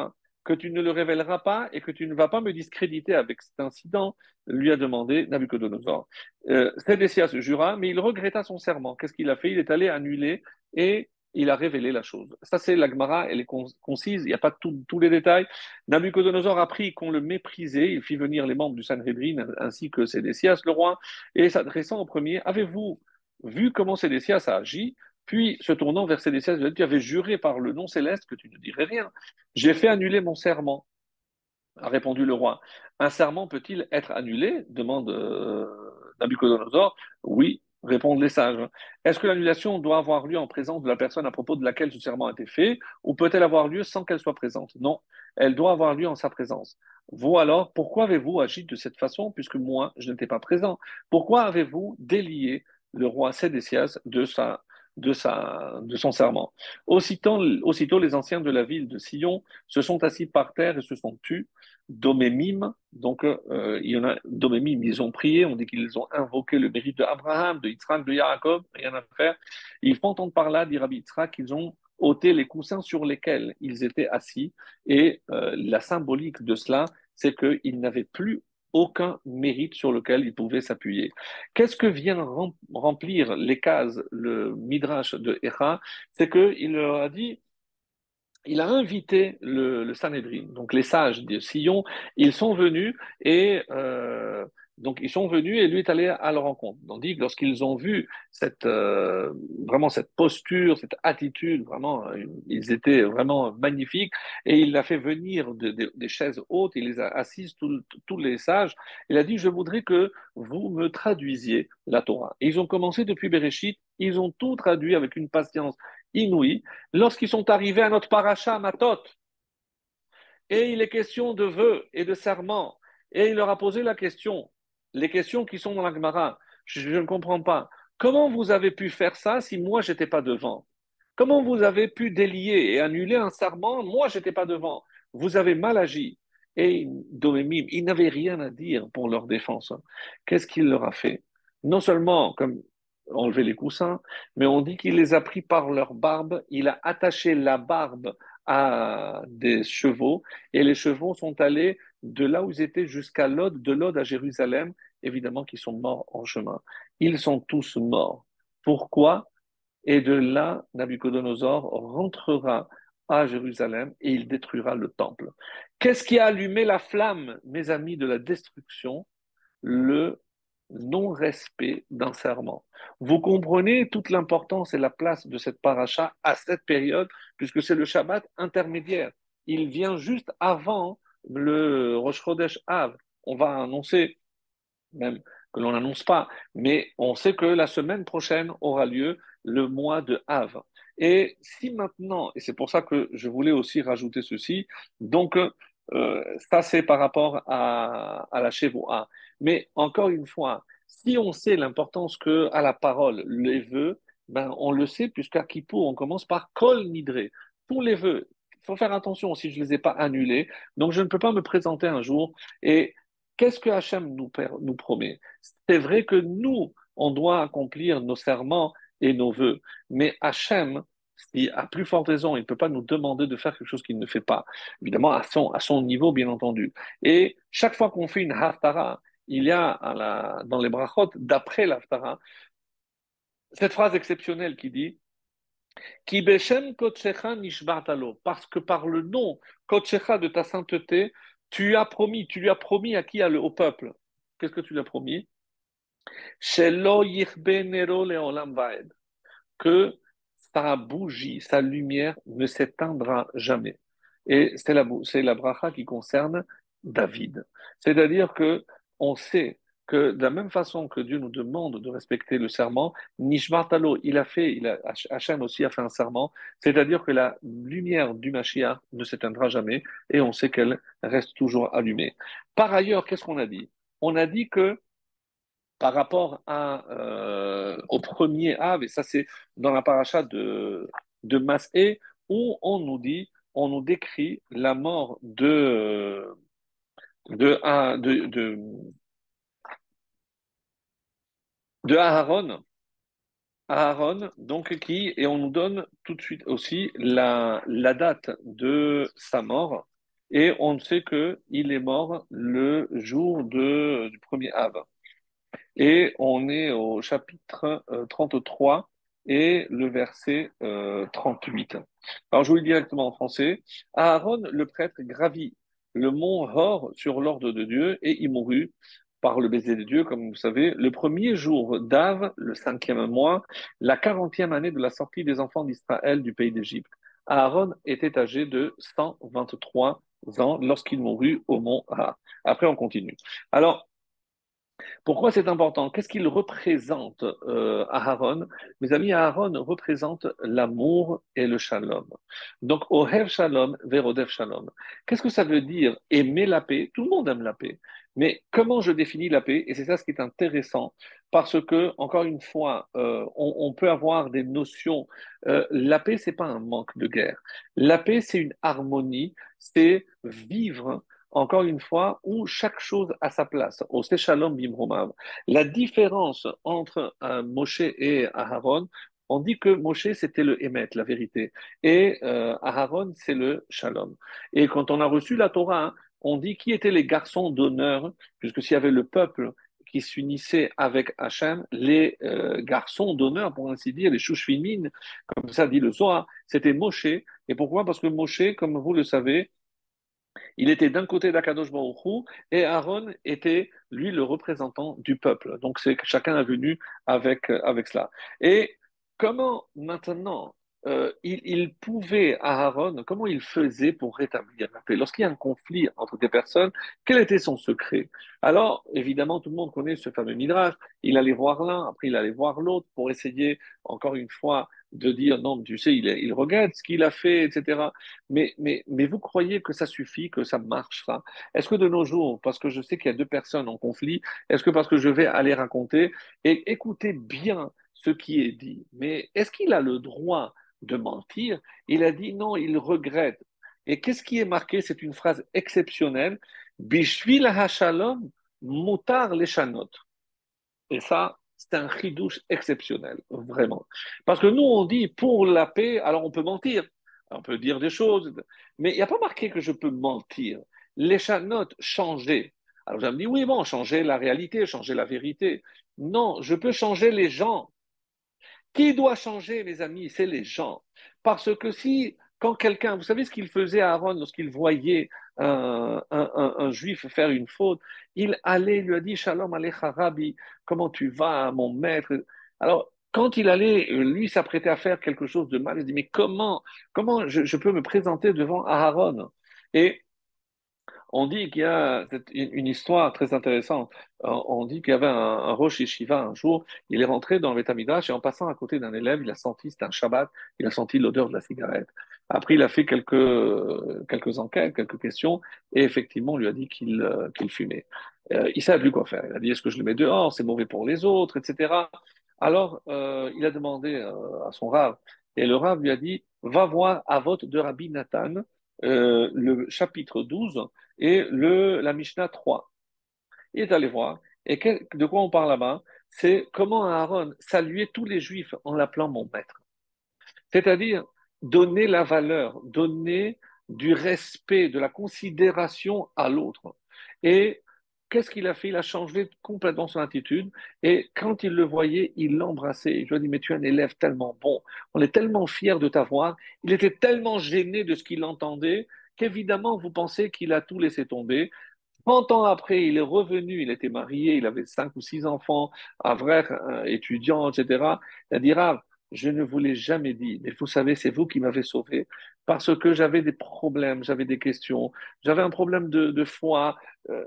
S1: que tu ne le révéleras pas et que tu ne vas pas me discréditer avec cet incident, lui a demandé Nabucodonosor. Euh, Sédécias jura, mais il regretta son serment. Qu'est-ce qu'il a fait? Il est allé annuler et il a révélé la chose. Ça, c'est la Gemara, elle est concise, il n'y a pas tout- tous les détails. Nabucodonosor apprit qu'on le méprisait, il fit venir les membres du Sanhédrin ainsi que Sédécias, le roi, et s'adressant au premier, avez-vous vu comment Sédécias a agi? Puis, se tournant vers Sédécias, il a dit, tu avais juré par le nom céleste que tu ne dirais rien. J'ai fait annuler mon serment, a répondu le roi. Un serment peut-il être annulé demande euh, Nabucodonosor. Oui, répondent les sages. Est-ce que l'annulation doit avoir lieu en présence de la personne à propos de laquelle ce serment a été fait, ou peut-elle avoir lieu sans qu'elle soit présente? Non, elle doit avoir lieu en sa présence. Vous alors, pourquoi avez-vous agi de cette façon, puisque moi, je n'étais pas présent? Pourquoi avez-vous délié le roi Sédécias de sa de, sa, de son serment. Aussitôt, aussitôt, les anciens de la ville de Sion se sont assis par terre et se sont tus. Domémim, donc euh, il y en a Domémim, ils ont prié, on dit qu'ils ont invoqué le mérite d'Abraham, de Yitzhak, de Jacob, rien à faire. Ils font entendre par là, dit Rabbi Yitzhak, qu'ils ont ôté les coussins sur lesquels ils étaient assis, et euh, la symbolique de cela, c'est qu'ils n'avaient plus aucun mérite sur lequel ils pouvaient s'appuyer. Qu'est-ce que vient remplir les cases, le Midrash de Echa? C'est qu'il leur a dit, il a invité le, le Sanhédrin, donc les sages de Sion, ils sont venus et euh, donc ils sont venus et lui est allé à leur rencontre. Tandis que lorsqu'ils ont vu cette euh, vraiment cette posture, cette attitude, vraiment, euh, ils étaient vraiment magnifiques et il a fait venir de, de, des chaises hautes, il les a assises tous tous les sages. Il a dit je voudrais que vous me traduisiez la Torah. Et ils ont commencé depuis Bereshit, ils ont tout traduit avec une patience inouïe. Lorsqu'ils sont arrivés à notre paracha Matot, et il est question de vœux et de serments, et il leur a posé la question, les questions qui sont dans la Gemara, je, je ne comprends pas. Comment vous avez pu faire ça si moi je n'étais pas devant? Comment vous avez pu délier et annuler un serment? Moi je n'étais pas devant. Vous avez mal agi. Et Domémim, il n'avait rien à dire pour leur défense. Qu'est-ce qu'il leur a fait? Non seulement comme enlever les coussins, mais on dit qu'il les a pris par leur barbe. Il a attaché la barbe à des chevaux et les chevaux sont allés de là où ils étaient jusqu'à Lod, de Lod à Jérusalem, évidemment qu'ils sont morts en chemin. Ils sont tous morts. Pourquoi? Et de là, Nabucodonosor rentrera à Jérusalem et il détruira le temple. Qu'est-ce qui a allumé la flamme, mes amis, de la destruction? Le non-respect d'un serment. Vous comprenez toute l'importance et la place de cette paracha à cette période, puisque c'est le Shabbat intermédiaire. Il vient juste avant le Rosh Chodesh Av. On va annoncer, même que l'on n'annonce pas, mais on sait que la semaine prochaine aura lieu le mois de Av. Et si maintenant, et c'est pour ça que je voulais aussi rajouter ceci, donc euh, ça c'est par rapport à, à la Shevoah. Mais encore une fois, si on sait l'importance que à la parole, les vœux, ben on le sait puisqu'à Kippour, on commence par Kol Nidre, tous les vœux. Il faut faire attention si je ne les ai pas annulés. Donc je ne peux pas me présenter un jour et qu'est-ce que Hachem nous, nous promet? C'est vrai que nous, on doit accomplir nos serments et nos vœux, mais Hachem, si, à plus forte raison, il ne peut pas nous demander de faire quelque chose qu'il ne fait pas, évidemment à son, à son niveau, bien entendu. Et chaque fois qu'on fait une haftara, il y a à la, dans les brachot, d'après l'haftara, cette phrase exceptionnelle qui dit Ki beshem kotshecha nishbatalo, parce que par le nom kotshecha de ta sainteté, tu as promis, tu lui as promis à qui? Au peuple. Qu'est-ce que tu lui as promis? Shelo yichbe nero leolam vaed, que sa bougie, sa lumière ne s'éteindra jamais. Et c'est la, c'est la bracha qui concerne David. C'est-à-dire que on sait que de la même façon que Dieu nous demande de respecter le serment, Nishmartalo, il a fait, il a, Hachem aussi a fait un serment, c'est-à-dire que la lumière du Mashiach ne s'éteindra jamais et on sait qu'elle reste toujours allumée. Par ailleurs, qu'est-ce qu'on a dit? On a dit que par rapport à, euh, au premier Av, et ça c'est dans la paracha de, de Masé, où on nous dit, on nous décrit la mort de, de, de, de, de Aaron, Aaron, donc qui, et on nous donne tout de suite aussi la, la date de sa mort. et on sait qu'il est mort le jour de, du premier Av. Et on est au chapitre euh, trente-trois et le verset euh, trente-huit. Alors je vous le dis directement en français. Aaron, le prêtre, gravit le mont Hor sur l'ordre de Dieu et y mourut par le baiser de Dieu, comme vous savez, le premier jour d'Av, le cinquième mois, la quarantième année de la sortie des enfants d'Israël du pays d'Égypte. Aaron était âgé de cent vingt-trois ans lorsqu'il mourut au mont Har. Après, on continue. Alors, pourquoi c'est important? Qu'est-ce qu'il représente, euh, Aharon? Mes amis, Aharon représente l'amour et le shalom. Donc, Ohev Shalom, Verodev Shalom. Qu'est-ce que ça veut dire aimer la paix? Tout le monde aime la paix. Mais comment je définis la paix? Et c'est ça ce qui est intéressant, parce que, encore une fois, euh, on, on peut avoir des notions. Euh, la paix, c'est pas un manque de guerre. La paix, c'est une harmonie, c'est vivre encore une fois, où chaque chose a sa place. Au Shalom Bimromav. La différence entre euh, Moshe et Aharon, on dit que Moshe, c'était le Hémet, la vérité, et euh, Aharon, c'est le Shalom. Et quand on a reçu la Torah, hein, on dit qui étaient les garçons d'honneur, puisque s'il y avait le peuple qui s'unissait avec Hachem, les euh, garçons d'honneur, pour ainsi dire, les chouchvimines, comme ça dit le Zohar, c'était Moshe. Et pourquoi? Parce que Moshe, comme vous le savez, il était d'un côté d'Akadosh Baruch Hu, et Aaron était, lui, le représentant du peuple. Donc, c'est que chacun est venu avec, euh, avec cela. Et comment maintenant euh, il, il pouvait, Aaron, comment il faisait pour rétablir la paix? Lorsqu'il y a un conflit entre des personnes, quel était son secret? Alors, évidemment, tout le monde connaît ce fameux Midrash. Il allait voir l'un, après il allait voir l'autre pour essayer, encore une fois, de dire non, tu sais, il, il regrette ce qu'il a fait, et cetera. Mais, mais, mais vous croyez que ça suffit, que ça marche, ça? Est-ce que de nos jours, parce que je sais qu'il y a deux personnes en conflit, est-ce que parce que je vais aller raconter et écoutez bien ce qui est dit, mais est-ce qu'il a le droit de mentir? Il a dit non, il regrette. Et qu'est-ce qui est marqué? C'est une phrase exceptionnelle. Bishvil hashalom mutar leshanot. Et ça, c'est un chidouche exceptionnel, vraiment. Parce que nous, on dit pour la paix, alors on peut mentir, on peut dire des choses, mais il n'y a pas marqué que je peux mentir. Les chanotes, changer. Alors vous allez me dire, oui, bon, changer la réalité, changer la vérité. Non, je peux changer les gens. Qui doit changer, mes amis? C'est les gens. Parce que si, quand quelqu'un, vous savez ce qu'il faisait à Aaron lorsqu'il voyait un, un, un, un juif faire une faute, il allait, il lui a dit, Shalom Alecha Rabbi, comment tu vas, mon maître? Alors, quand il allait, lui, s'apprêter à faire quelque chose de mal, il dit, mais comment, comment je, je peux me présenter devant Aaron? Et on dit qu'il y a une histoire très intéressante. Euh, On dit qu'il y avait un, un Rosh Yeshiva un jour, il est rentré dans le Beth Amikdash et en passant à côté d'un élève, il a senti, c'était un Shabbat, il a senti l'odeur de la cigarette. Après, il a fait quelques, quelques enquêtes, quelques questions et effectivement, on lui a dit qu'il euh, qu'il fumait. Euh, il ne savait plus quoi faire. Il a dit, est-ce que je le mets dehors? C'est mauvais pour les autres, et cetera. Alors, euh, il a demandé euh, à son Rav et le Rav lui a dit, va voir Avot de Rabbi Nathan, euh, le chapitre douze et le, la Mishnah trois. Il est allé voir. Et quel- de quoi on parle là-bas? C'est comment Aaron saluait tous les Juifs en l'appelant mon maître. C'est-à-dire donner la valeur, donner du respect, de la considération à l'autre. Et qu'est-ce qu'il a fait? Il a changé complètement son attitude. Et quand il le voyait, il l'embrassait. Je lui ai dit, mais tu es un élève tellement bon. On est tellement fiers de t'avoir. Il était tellement gêné de ce qu'il entendait qu'évidemment, vous pensez qu'il a tout laissé tomber. trente ans après, il est revenu, il était marié, il avait cinq ou six enfants, un vrai euh, étudiant, et cetera. Il a dit, Rav, je ne vous l'ai jamais dit, mais vous savez, c'est vous qui m'avez sauvé parce que j'avais des problèmes, j'avais des questions, j'avais un problème de, de foi, euh,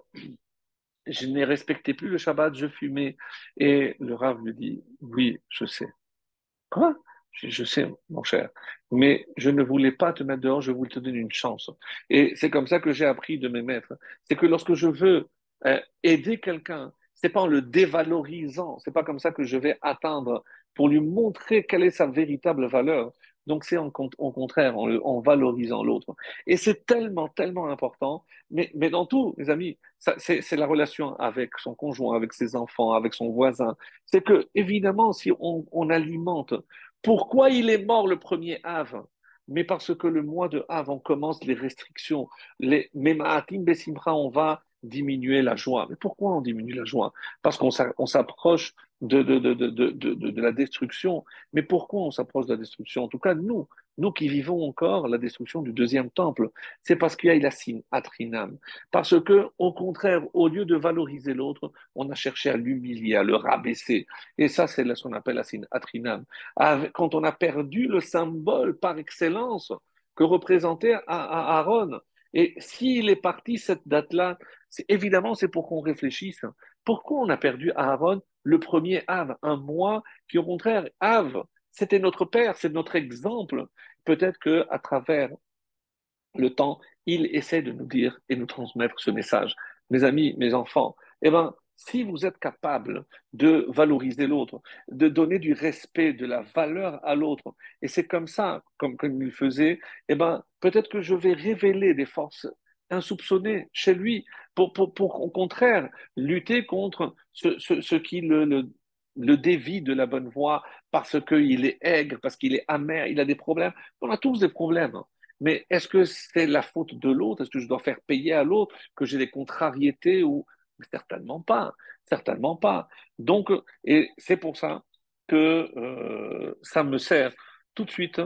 S1: je n'ai respecté plus le Shabbat, je fumais. Et le Rav lui dit, oui, je sais. Quoi? Je, je sais, mon cher, mais je ne voulais pas te mettre dehors, je voulais te donner une chance. Et c'est comme ça que j'ai appris de mes maîtres. C'est que lorsque je veux euh, aider quelqu'un, c'est pas en le dévalorisant, c'est pas comme ça que je vais atteindre pour lui montrer quelle est sa véritable valeur. Donc c'est en, con- au contraire, en, le- en valorisant l'autre. Et c'est tellement, tellement important. Mais, mais dans tout, mes amis, ça, c'est c'est la relation avec son conjoint, avec ses enfants, avec son voisin. C'est que, évidemment, si on, on alimente, pourquoi il est mort le premier Av? mais parce que le mois de Av, on commence les restrictions. Les Memaatim Besimcha, on va diminuer la joie. Mais pourquoi on diminue la joie? Parce qu'on s'a- on s'approche de, de, de, de, de, de, de la destruction. Mais pourquoi on s'approche de la destruction? En tout cas, nous, nous qui vivons encore la destruction du deuxième temple, c'est parce qu'il y a la sin atrinam. Parce que, au contraire, au lieu de valoriser l'autre, on a cherché à l'humilier, à le rabaisser. Et ça, c'est ce qu'on appelle la sin atrinam. Quand on a perdu le symbole par excellence que représentait Aaron. Et s'il est parti cette date-là, c'est, évidemment, c'est pour qu'on réfléchisse. Pourquoi on a perdu Aaron le premier Av, un mois qui, au contraire, Av, c'était notre père, c'est notre exemple. Peut-être que à travers le temps, il essaie de nous dire et nous transmettre ce message. Mes amis, mes enfants, eh ben, si vous êtes capable de valoriser l'autre, de donner du respect, de la valeur à l'autre, et c'est comme ça, comme, comme il faisait, eh ben, peut-être que je vais révéler des forces insoupçonnées chez lui pour, pour, pour au contraire, lutter contre ce, ce, ce qui le, le, le dévie de la bonne voie parce qu'il est aigre, parce qu'il est amer, il a des problèmes. On a tous des problèmes. Mais est-ce que c'est la faute de l'autre? Est-ce que je dois faire payer à l'autre que j'ai des contrariétés ou certainement pas, certainement pas. Donc, et c'est pour ça que euh, ça me sert tout de suite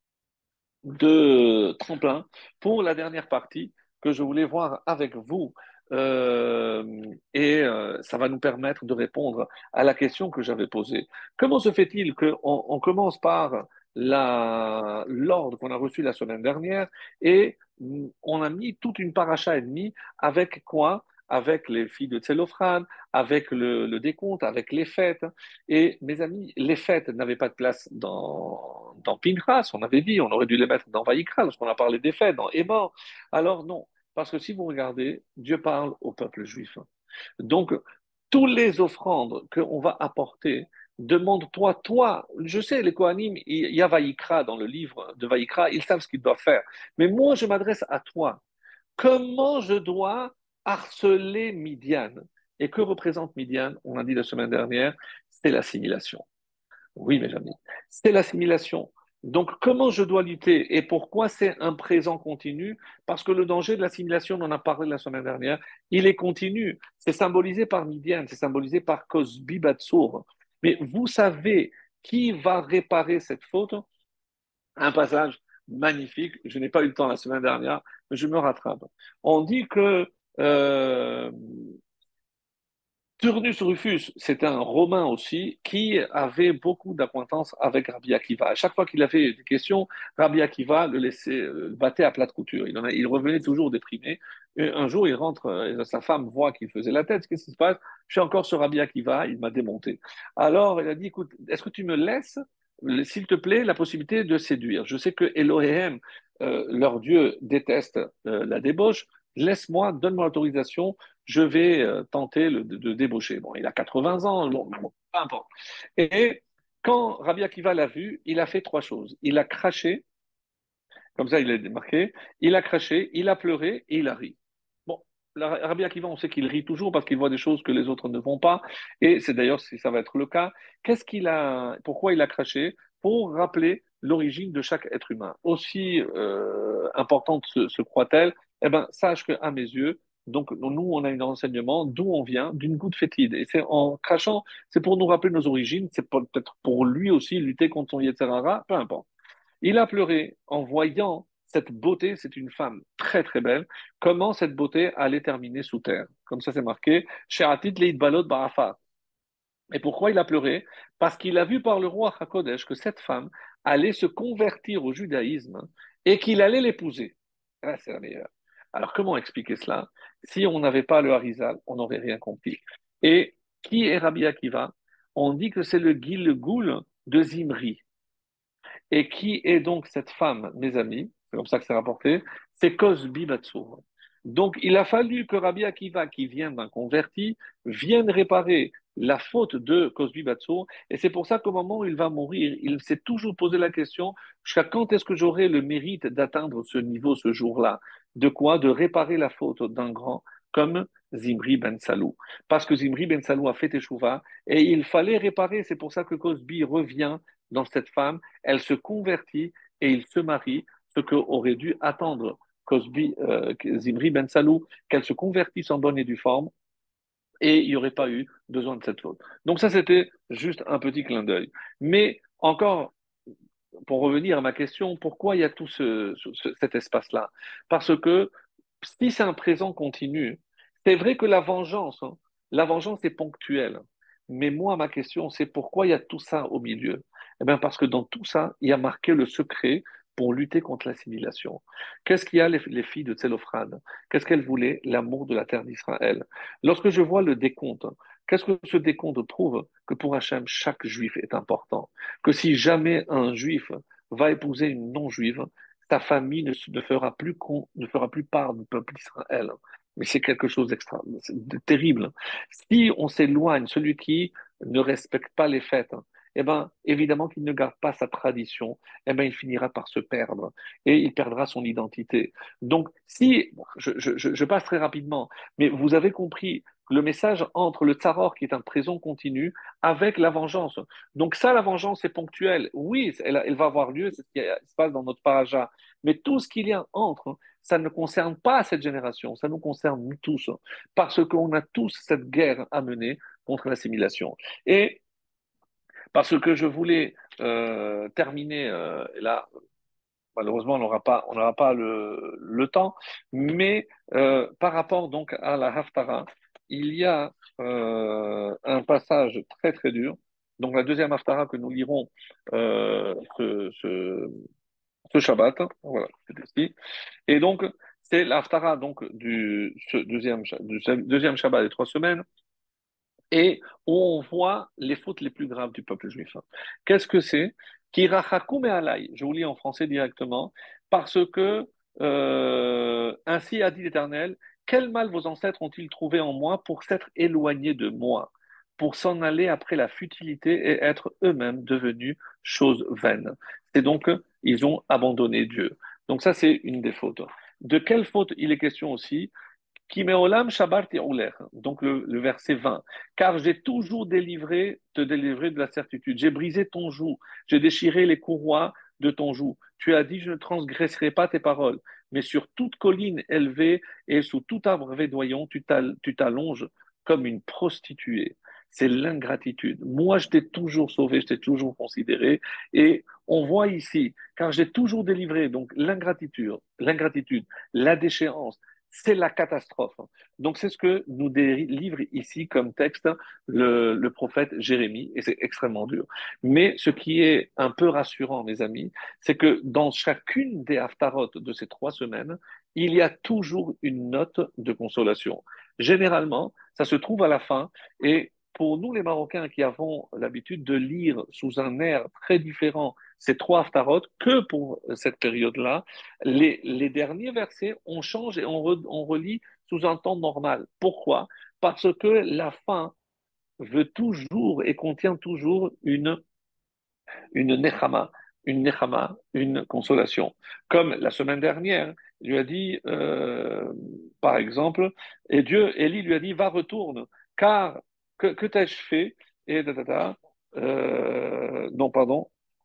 S1: de tremplin pour la dernière partie que je voulais voir avec vous. Euh, et euh, ça va nous permettre de répondre à la question que j'avais posée. Comment se fait-il qu'on on commence par la, l'ordre qu'on a reçu la semaine dernière et mm, on a mis toute une paracha et demie avec quoi? Avec les filles de Tsélophran, avec le, le décompte, avec les fêtes. Et mes amis, les fêtes n'avaient pas de place dans, dans Pinchas, on avait dit, on aurait dû les mettre dans Vaïkra, lorsqu'on a parlé des fêtes, dans Émor. Alors non, parce que si vous regardez, Dieu parle au peuple juif. Donc, tous les offrandes qu'on va apporter, demande-toi, toi, je sais, les Kohanim, il y a Vaïkra dans le livre de Vaïkra, ils savent ce qu'ils doivent faire. Mais moi, je m'adresse à toi. Comment je dois harceler Midian? Et que représente Midian? On a dit la semaine dernière, c'est l'assimilation. Oui, mes amis, c'est l'assimilation. Donc, comment je dois lutter et pourquoi c'est un présent continu? Parce que le danger de l'assimilation, on en a parlé la semaine dernière, il est continu. C'est symbolisé par Midian, c'est symbolisé par Cosbi Batsour. Mais vous savez qui va réparer cette faute? Un passage magnifique. Je n'ai pas eu le temps la semaine dernière, mais je me rattrape. On dit que euh, Turnus Rufus, c'était un Romain aussi qui avait beaucoup d'acquaintance avec Rabbi Akiva. À chaque fois qu'il avait des questions, Rabbi Akiva le laissait, euh, le battait à plate couture. Il, en a- il revenait toujours déprimé. Et un jour, il rentre, euh, sa femme voit qu'il faisait la tête. Qu'est-ce qui se passe? Je suis encore ce Rabbi Akiva, il m'a démonté. Alors, il a dit, écoute, est-ce que tu me laisses, s'il te plaît, la possibilité de séduire? Je sais que Elohim, euh, leur Dieu, déteste euh, la débauche. Laisse-moi, donne-moi l'autorisation, je vais euh, tenter le- de, de débaucher. Bon, il a quatre-vingts ans, bon, bon, peu importe. Et quand Rabbi Akiva l'a vu, il a fait trois choses. Il a craché, comme ça il est marqué, il a craché, il a pleuré et il a ri. Bon, la- Rabbi Akiva, on sait qu'il rit toujours parce qu'il voit des choses que les autres ne vont pas. Et c'est d'ailleurs si ça va être le cas. Qu'est-ce qu'il a, pourquoi il a craché? Pour rappeler l'origine de chaque être humain. Aussi euh, importante se, se croit-elle, eh ben, sache qu'à mes yeux, donc nous, on a un enseignement d'où on vient, d'une goutte fétide. Et c'est en crachant, c'est pour nous rappeler nos origines, c'est peut-être pour lui aussi lutter contre son Yetzirara, peu importe. Il a pleuré en voyant cette beauté, c'est une femme très très belle, comment cette beauté allait terminer sous terre. Comme ça c'est marqué, Sheratit leit balot barafat. Et pourquoi il a pleuré? Parce qu'il a vu par le roi Hakodesh que cette femme allait se convertir au judaïsme et qu'il allait l'épouser. Ah, c'est la meilleure. Alors comment expliquer cela? Si on n'avait pas le Harizal, on n'aurait rien compris. Et qui est Rabbi Akiva? On dit que c'est le Gilgoul de Zimri. Et qui est donc cette femme, mes amis? C'est comme ça que c'est rapporté. C'est Cosbi Batsour. Donc, il a fallu que Rabbi Akiva, qui vient d'un converti, vienne réparer la faute de Cosbi Batsour. Et c'est pour ça qu'au moment où il va mourir, il s'est toujours posé la question, jusqu'à quand est-ce que j'aurai le mérite d'atteindre ce niveau ce jour-là? De quoi? De réparer la faute d'un grand comme Zimri Ben Salou. Parce que Zimri Ben Salou a fait échouva et il fallait réparer. C'est pour ça que Cosbi revient dans cette femme, elle se convertit et il se marie, ce qu'aurait dû attendre Cosby, euh, Zimri Ben Salou, qu'elle se convertisse en bonne et due forme, et il n'y aurait pas eu besoin de cette faute. Donc ça, c'était juste un petit clin d'œil. Mais encore, pour revenir à ma question, pourquoi il y a tout ce, ce- cet espace-là? Parce que si c'est un présent continu, c'est vrai que la vengeance, hein, la vengeance est ponctuelle. Mais moi, ma question, c'est pourquoi il y a tout ça au milieu? Eh bien, parce que dans tout ça, il y a marqué le secret pour lutter contre l'assimilation. Qu'est-ce qu'il y a les, les filles de Tselophrad? Qu'est-ce qu'elles voulaient? L'amour de la terre d'Israël. Lorsque je vois le décompte, qu'est-ce que ce décompte prouve? Que pour Hachem, chaque juif est important. Que si jamais un juif va épouser une non-juive, ta famille ne, ne fera plus con- ne fera plus part du peuple d'Israël. Mais c'est quelque chose d'extra, c'est de terrible. Si on s'éloigne, celui qui ne respecte pas les fêtes, eh ben, évidemment qu'il ne garde pas sa tradition, eh ben, il finira par se perdre et il perdra son identité. Donc, si, je, je, je je passe très rapidement, mais vous avez compris le message entre le tsaror, qui est un présent continu, avec la vengeance. Donc ça, la vengeance est ponctuelle. Oui, elle, elle va avoir lieu, c'est ce qui se passe dans notre paraja. Mais tout ce qu'il y a entre, ça ne concerne pas cette génération, ça nous concerne nous tous, parce qu'on a tous cette guerre à mener contre l'assimilation. Et parce que je voulais euh, terminer, euh, et là, malheureusement, on n'aura pas, on n'aura pas le, le temps, mais euh, par rapport donc à la Haftara, il y a euh, un passage très très dur. Donc la deuxième Haftara que nous lirons euh, ce, ce, ce Shabbat, voilà, c'est ici. Et donc c'est l'Haftara donc du ce deuxième, du deuxième Shabbat des trois semaines et où on voit les fautes les plus graves du peuple juif. Qu'est-ce que c'est? Kirachakum alay. Je vous lis en français directement. Parce que euh, ainsi a dit l'Éternel, quel mal vos ancêtres ont-ils trouvé en moi pour s'être éloignés de moi, pour s'en aller après la futilité et être eux-mêmes devenus choses vaines. C'est donc, ils ont abandonné Dieu. Donc ça, c'est une des fautes. De quelle faute il est question aussi? Qui meolam shabar ti'ouler. Donc le, le verset vingt. Car j'ai toujours délivré, te délivré de la certitude. J'ai brisé ton joug, j'ai déchiré les courroies de ton joug. Tu as dit, je ne transgresserai pas tes paroles. Mais sur toute colline élevée et sous tout arbre verdoyant, tu t'al- tu t'allonges comme une prostituée. C'est l'ingratitude. Moi, je t'ai toujours sauvé, je t'ai toujours considéré. Et on voit ici, car j'ai toujours délivré, donc l'ingratitude, l'ingratitude, la déchéance, c'est la catastrophe. Donc c'est ce que nous délivre ici comme texte le, le prophète Jérémie, et c'est extrêmement dur. Mais ce qui est un peu rassurant, mes amis, c'est que dans chacune des haftarot de ces trois semaines, il y a toujours une note de consolation. Généralement, ça se trouve à la fin, et pour nous les Marocains qui avons l'habitude de lire sous un air très différent ces trois haftarot que pour cette période-là, les, les derniers versets, on change et on, re, on relit sous un temps normal. Pourquoi? Parce que la fin veut toujours et contient toujours une, une nechama, une nechama, une consolation. Comme la semaine dernière, il lui a dit, euh, par exemple, et Dieu, Élie lui a dit, va retourne, car que, que t'ai-je fait? Et da, da, da, euh, non, pardon,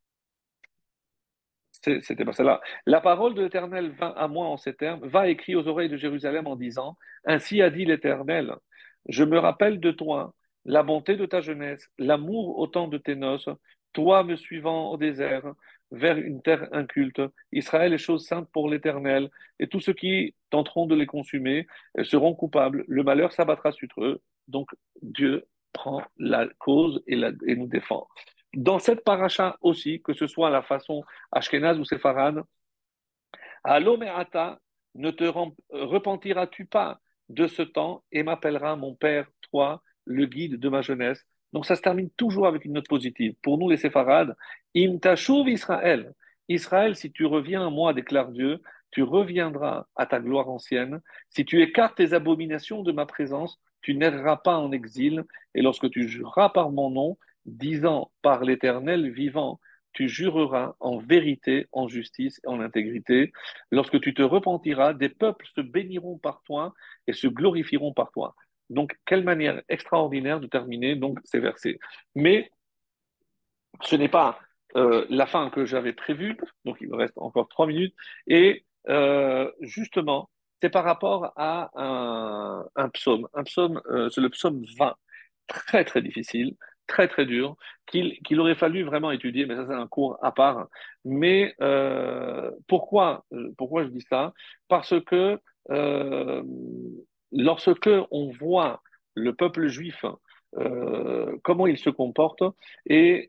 S1: c'était pas cela. La parole de l'Éternel vint à moi en ces termes, va écrire aux oreilles de Jérusalem en disant, ainsi a dit l'Éternel, je me rappelle de toi, la bonté de ta jeunesse, l'amour au temps de tes noces, toi me suivant au désert, vers une terre inculte. Israël est chose sainte pour l'Éternel, et tous ceux qui tenteront de les consumer seront coupables. Le malheur s'abattra sur eux. Donc Dieu prend la cause et, la, et nous défend. Dans cette paracha aussi, que ce soit la façon Ashkenaz ou séfarade, Allo me'ata, ne te repentiras-tu pas de ce temps et m'appelleras mon père, toi, le guide de ma jeunesse. Donc ça se termine toujours avec une note positive. Pour nous les séfarades, im tashuv Israël. Israël, si tu reviens à moi, déclare Dieu, tu reviendras à ta gloire ancienne. Si tu écartes tes abominations de ma présence, tu n'erreras pas en exil. Et lorsque tu jureras par mon nom, disant par l'Éternel vivant, tu jureras en vérité, en justice et en intégrité. Lorsque tu te repentiras, des peuples se béniront par toi et se glorifieront par toi. Donc, quelle manière extraordinaire de terminer donc ces versets. Mais ce n'est pas euh, la fin que j'avais prévue, donc il me reste encore trois minutes, et euh, justement, c'est par rapport à un, un psaume. Un psaume, euh, c'est le psaume vingt, très très difficile, très très dur, qu'il qu'il aurait fallu vraiment étudier, mais ça c'est un cours à part. Mais euh, pourquoi, euh, pourquoi je dis ça? Parce que euh, lorsque on voit le peuple juif, euh, comment il se comporte, et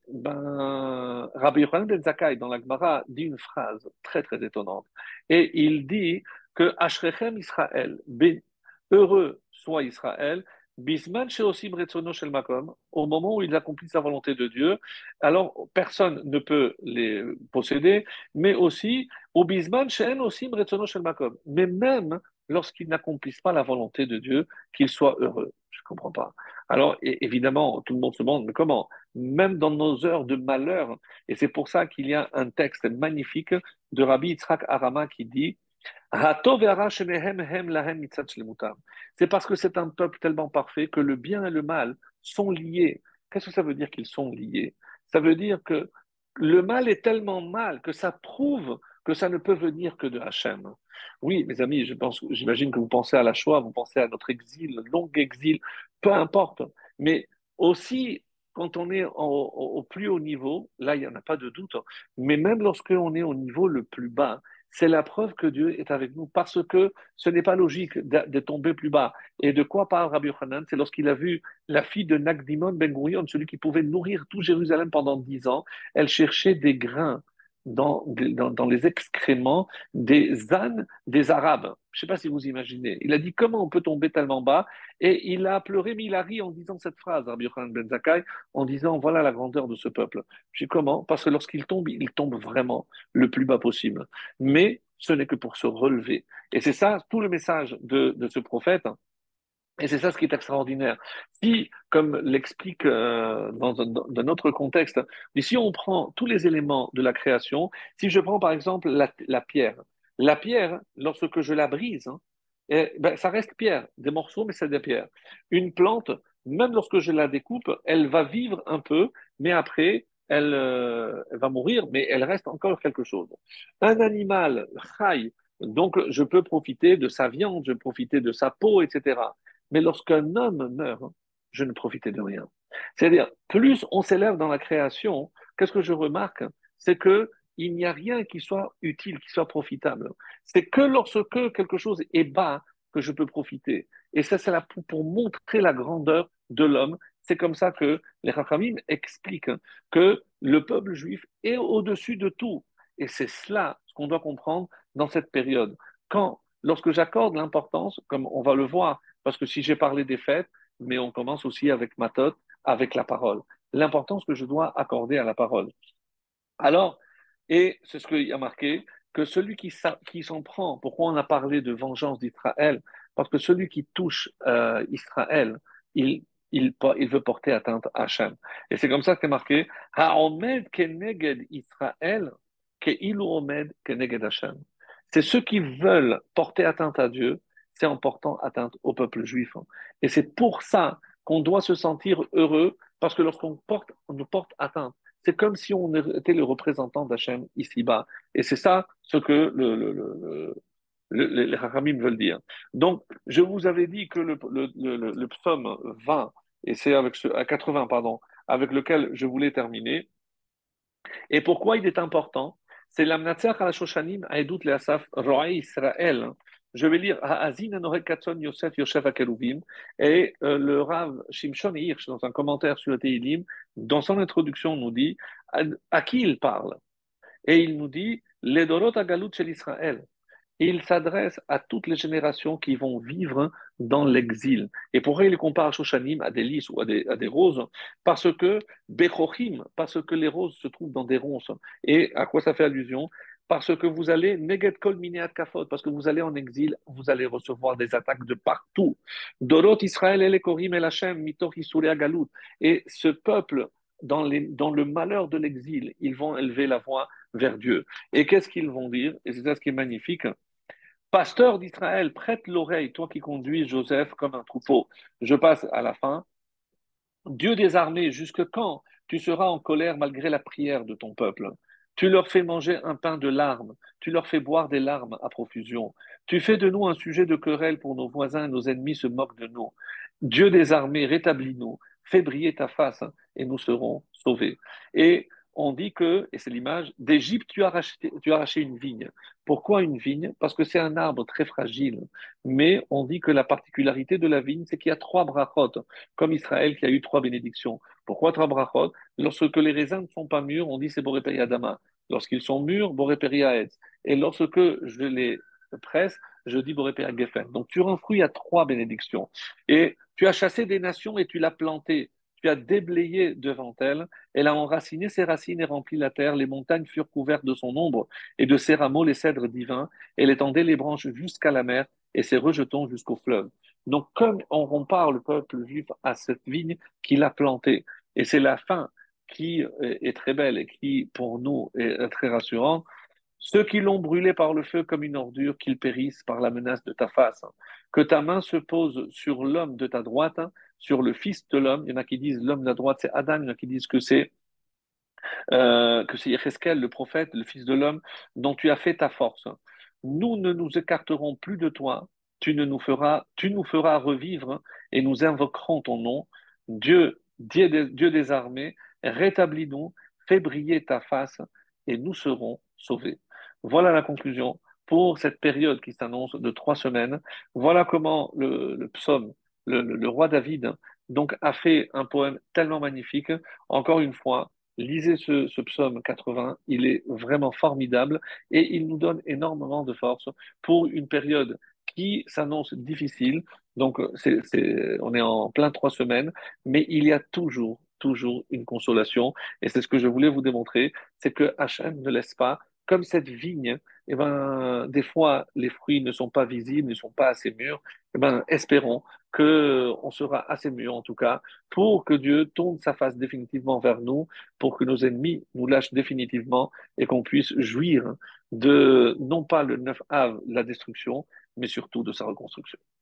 S1: ben, Rabbi Yochanan ben Zakkai, dans la Gemara, dit une phrase très très étonnante. Et il dit que Ashrechem Israël, ben- heureux soit Israël, Bisman sheosim retzono shel makom, au moment où ils accomplissent la volonté de Dieu, alors personne ne peut les posséder, mais aussi au Bisman she'en osim retzono shel makom, mais même lorsqu'ils n'accomplissent pas la volonté de Dieu, qu'ils soient heureux. Je ne comprends pas. Alors, é- évidemment, tout le monde se demande, mais comment? Même dans nos heures de malheur, et c'est pour ça qu'il y a un texte magnifique de Rabbi Yitzhak Arama qui dit Hatov et hara shenehem hem lahem mitzat shlemutam. C'est parce que c'est un peuple tellement parfait que le bien et le mal sont liés. Qu'est-ce que ça veut dire qu'ils sont liés? Ça veut dire que le mal est tellement mal que ça prouve que ça ne peut venir que de Hachem. Oui, mes amis, je pense, j'imagine que vous pensez à la Shoah, vous pensez à notre exil, le long exil, peu importe. Mais aussi, quand on est au, au- au plus haut niveau, là, il n'y en a pas de doute, mais même lorsque on est au niveau le plus bas, c'est la preuve que Dieu est avec nous parce que ce n'est pas logique de, de tomber plus bas. Et de quoi parle Rabbi Yochanan? C'est lorsqu'il a vu la fille de Nakdimon Ben Gurion, celui qui pouvait nourrir tout Jérusalem pendant dix ans. Elle cherchait des grains dans, dans, dans les excréments des ânes des Arabes. Je ne sais pas si vous imaginez. Il a dit comment on peut tomber tellement bas et il a pleuré, mais il a ri en disant cette phrase, Rabbi Yochanan Ben Zakkai, en disant voilà la grandeur de ce peuple. Je dis comment? Parce que lorsqu'il tombe, il tombe vraiment le plus bas possible. Mais ce n'est que pour se relever. Et c'est ça tout le message de, de ce prophète. Et c'est ça ce qui est extraordinaire. Si, comme l'explique euh, dans, un- dans un autre contexte, mais si on prend tous les éléments de la création, si je prends par exemple la, la pierre, la pierre, lorsque je la brise, hein, eh ben, ça reste pierre, des morceaux, mais c'est des pierres. Une plante, même lorsque je la découpe, elle va vivre un peu, mais après, elle, euh, elle va mourir, mais elle reste encore quelque chose. Un animal, chai, donc je peux profiter de sa viande, je peux profiter de sa peau, et cetera. Mais lorsqu'un homme meurt, je ne profitais de rien. C'est-à-dire, plus on s'élève dans la création, qu'est-ce que je remarque? C'est que il n'y a rien qui soit utile, qui soit profitable. C'est que lorsque quelque chose est bas que je peux profiter. Et ça, c'est là pour, pour montrer la grandeur de l'homme. C'est comme ça que les Rachamim expliquent que le peuple juif est au-dessus de tout. Et c'est cela ce qu'on doit comprendre dans cette période. Quand, lorsque j'accorde l'importance, comme on va le voir, parce que si j'ai parlé des fêtes, mais on commence aussi avec Matot, avec la parole. L'importance que je dois accorder à la parole. Alors, et c'est ce qu'il y a marqué, que celui qui, s'a- qui s'en prend, pourquoi on a parlé de vengeance d'Israël? Parce que celui qui touche euh, Israël, il, il, po- il veut porter atteinte à Hachem. Et c'est comme ça que c'est marqué, Ha'omed keneged Israël, ke'ilu omed keneged Hachem. C'est ceux qui veulent porter atteinte à Dieu, c'est en portant atteinte au peuple juif. Et c'est pour ça qu'on doit se sentir heureux, parce que lorsqu'on porte, on nous porte atteinte, c'est comme si on était le représentant d'Hachem ici-bas. Et c'est ça ce que le, le, le, le, le, les Chachamim veulent dire. Donc, je vous avais dit que le, le, le, le psaume vingt, et c'est avec ce, à quatre-vingts, pardon, avec lequel je voulais terminer, et pourquoi il est important? C'est l'Amnatseach al Shoshanim Aedut Leasaf Roe Israël. Je vais lire Ha'azin Anohek Katson Yosef Yosef Akerubim et euh, le Rav Shimshon Hirsch, dans un commentaire sur le Teilim, dans son introduction, nous dit à, à qui il parle. Et il nous dit Les Dorot Agalut Shel Israël. Et il s'adresse à toutes les générations qui vont vivre dans l'exil. Et pourquoi il compare Shoshanim à des lys ou à des, à des roses? Parce que Bechochim, parce que les roses se trouvent dans des ronces. Et à quoi ça fait allusion? Parce que vous allez, Neged Kol Mineat Kafot, parce que vous allez en exil, vous allez recevoir des attaques de partout. Dorot Israël El Ekorim El Hashem, Mitoch Isuria Galut. Et ce peuple, dans, les, dans le malheur de l'exil, ils vont élever la voix vers Dieu. Et qu'est-ce qu'ils vont dire? Et c'est ça ce qui est magnifique. Pasteur d'Israël, prête l'oreille, toi qui conduis Joseph comme un troupeau. Je passe à la fin. Dieu des armées, jusque quand Tu seras en colère malgré la prière de ton peuple. Tu leur fais manger un pain de larmes, tu leur fais boire des larmes à profusion. Tu fais de nous un sujet de querelle pour nos voisins et nos ennemis se moquent de nous. Dieu des armées, rétablis-nous, fais briller ta face hein, et nous serons sauvés. Et on dit que, et c'est l'image, d'Égypte, tu as racheté, tu as arraché une vigne. Pourquoi une vigne? Parce que c'est un arbre très fragile. Mais on dit que la particularité de la vigne, c'est qu'il y a trois brachot, comme Israël qui a eu trois bénédictions. Pourquoi trois brachot? Lorsque les raisins ne sont pas mûrs, on dit c'est Boré Peri Adama. Lorsqu'ils sont mûrs, Boré Peri Haetz. Et lorsque je les presse, je dis Boré Peri Geffen. Donc tu rends fruit à trois bénédictions. Et tu as chassé des nations et tu l'as planté. Tu as déblayé devant elle. Elle a enraciné ses racines et rempli la terre. Les montagnes furent couvertes de son ombre et de ses rameaux les cèdres divins. Elle étendait les branches jusqu'à la mer et ses rejetons jusqu'au fleuve. Donc, comme on compare le peuple juif à cette vigne qu'il a plantée, et c'est la fin qui est très belle et qui, pour nous, est très rassurante, ceux qui l'ont brûlé par le feu comme une ordure, qu'ils périssent par la menace de ta face. Que ta main se pose sur l'homme de ta droite, sur le fils de l'homme. Il y en a qui disent l'homme de la droite, c'est Adam. Il y en a qui disent que c'est euh, que c'est Yecheskel, le prophète, le fils de l'homme, dont tu as fait ta force. Nous ne nous écarterons plus de toi. Tu ne nous feras, tu nous feras revivre et nous invoquerons ton nom. Dieu, Dieu des, Dieu des armées, rétablis-nous, fais briller ta face et nous serons sauvés. Voilà la conclusion pour cette période qui s'annonce de trois semaines. Voilà comment le, le psaume, le, le, le roi David, donc, a fait un poème tellement magnifique. Encore une fois, lisez ce, ce psaume quatre-vingts, il est vraiment formidable et il nous donne énormément de force pour une période qui s'annonce difficile. Donc, c'est, c'est, on est en plein trois semaines, mais il y a toujours, toujours une consolation. Et c'est ce que je voulais vous démontrer, c'est que Hachem ne laisse pas, comme cette vigne, eh ben, des fois, les fruits ne sont pas visibles, ne sont pas assez mûrs. Eh ben, espérons qu'on sera assez mûrs, en tout cas, pour que Dieu tourne sa face définitivement vers nous, pour que nos ennemis nous lâchent définitivement et qu'on puisse jouir de, non pas le neuf Av, la destruction, mais surtout de sa reconstruction.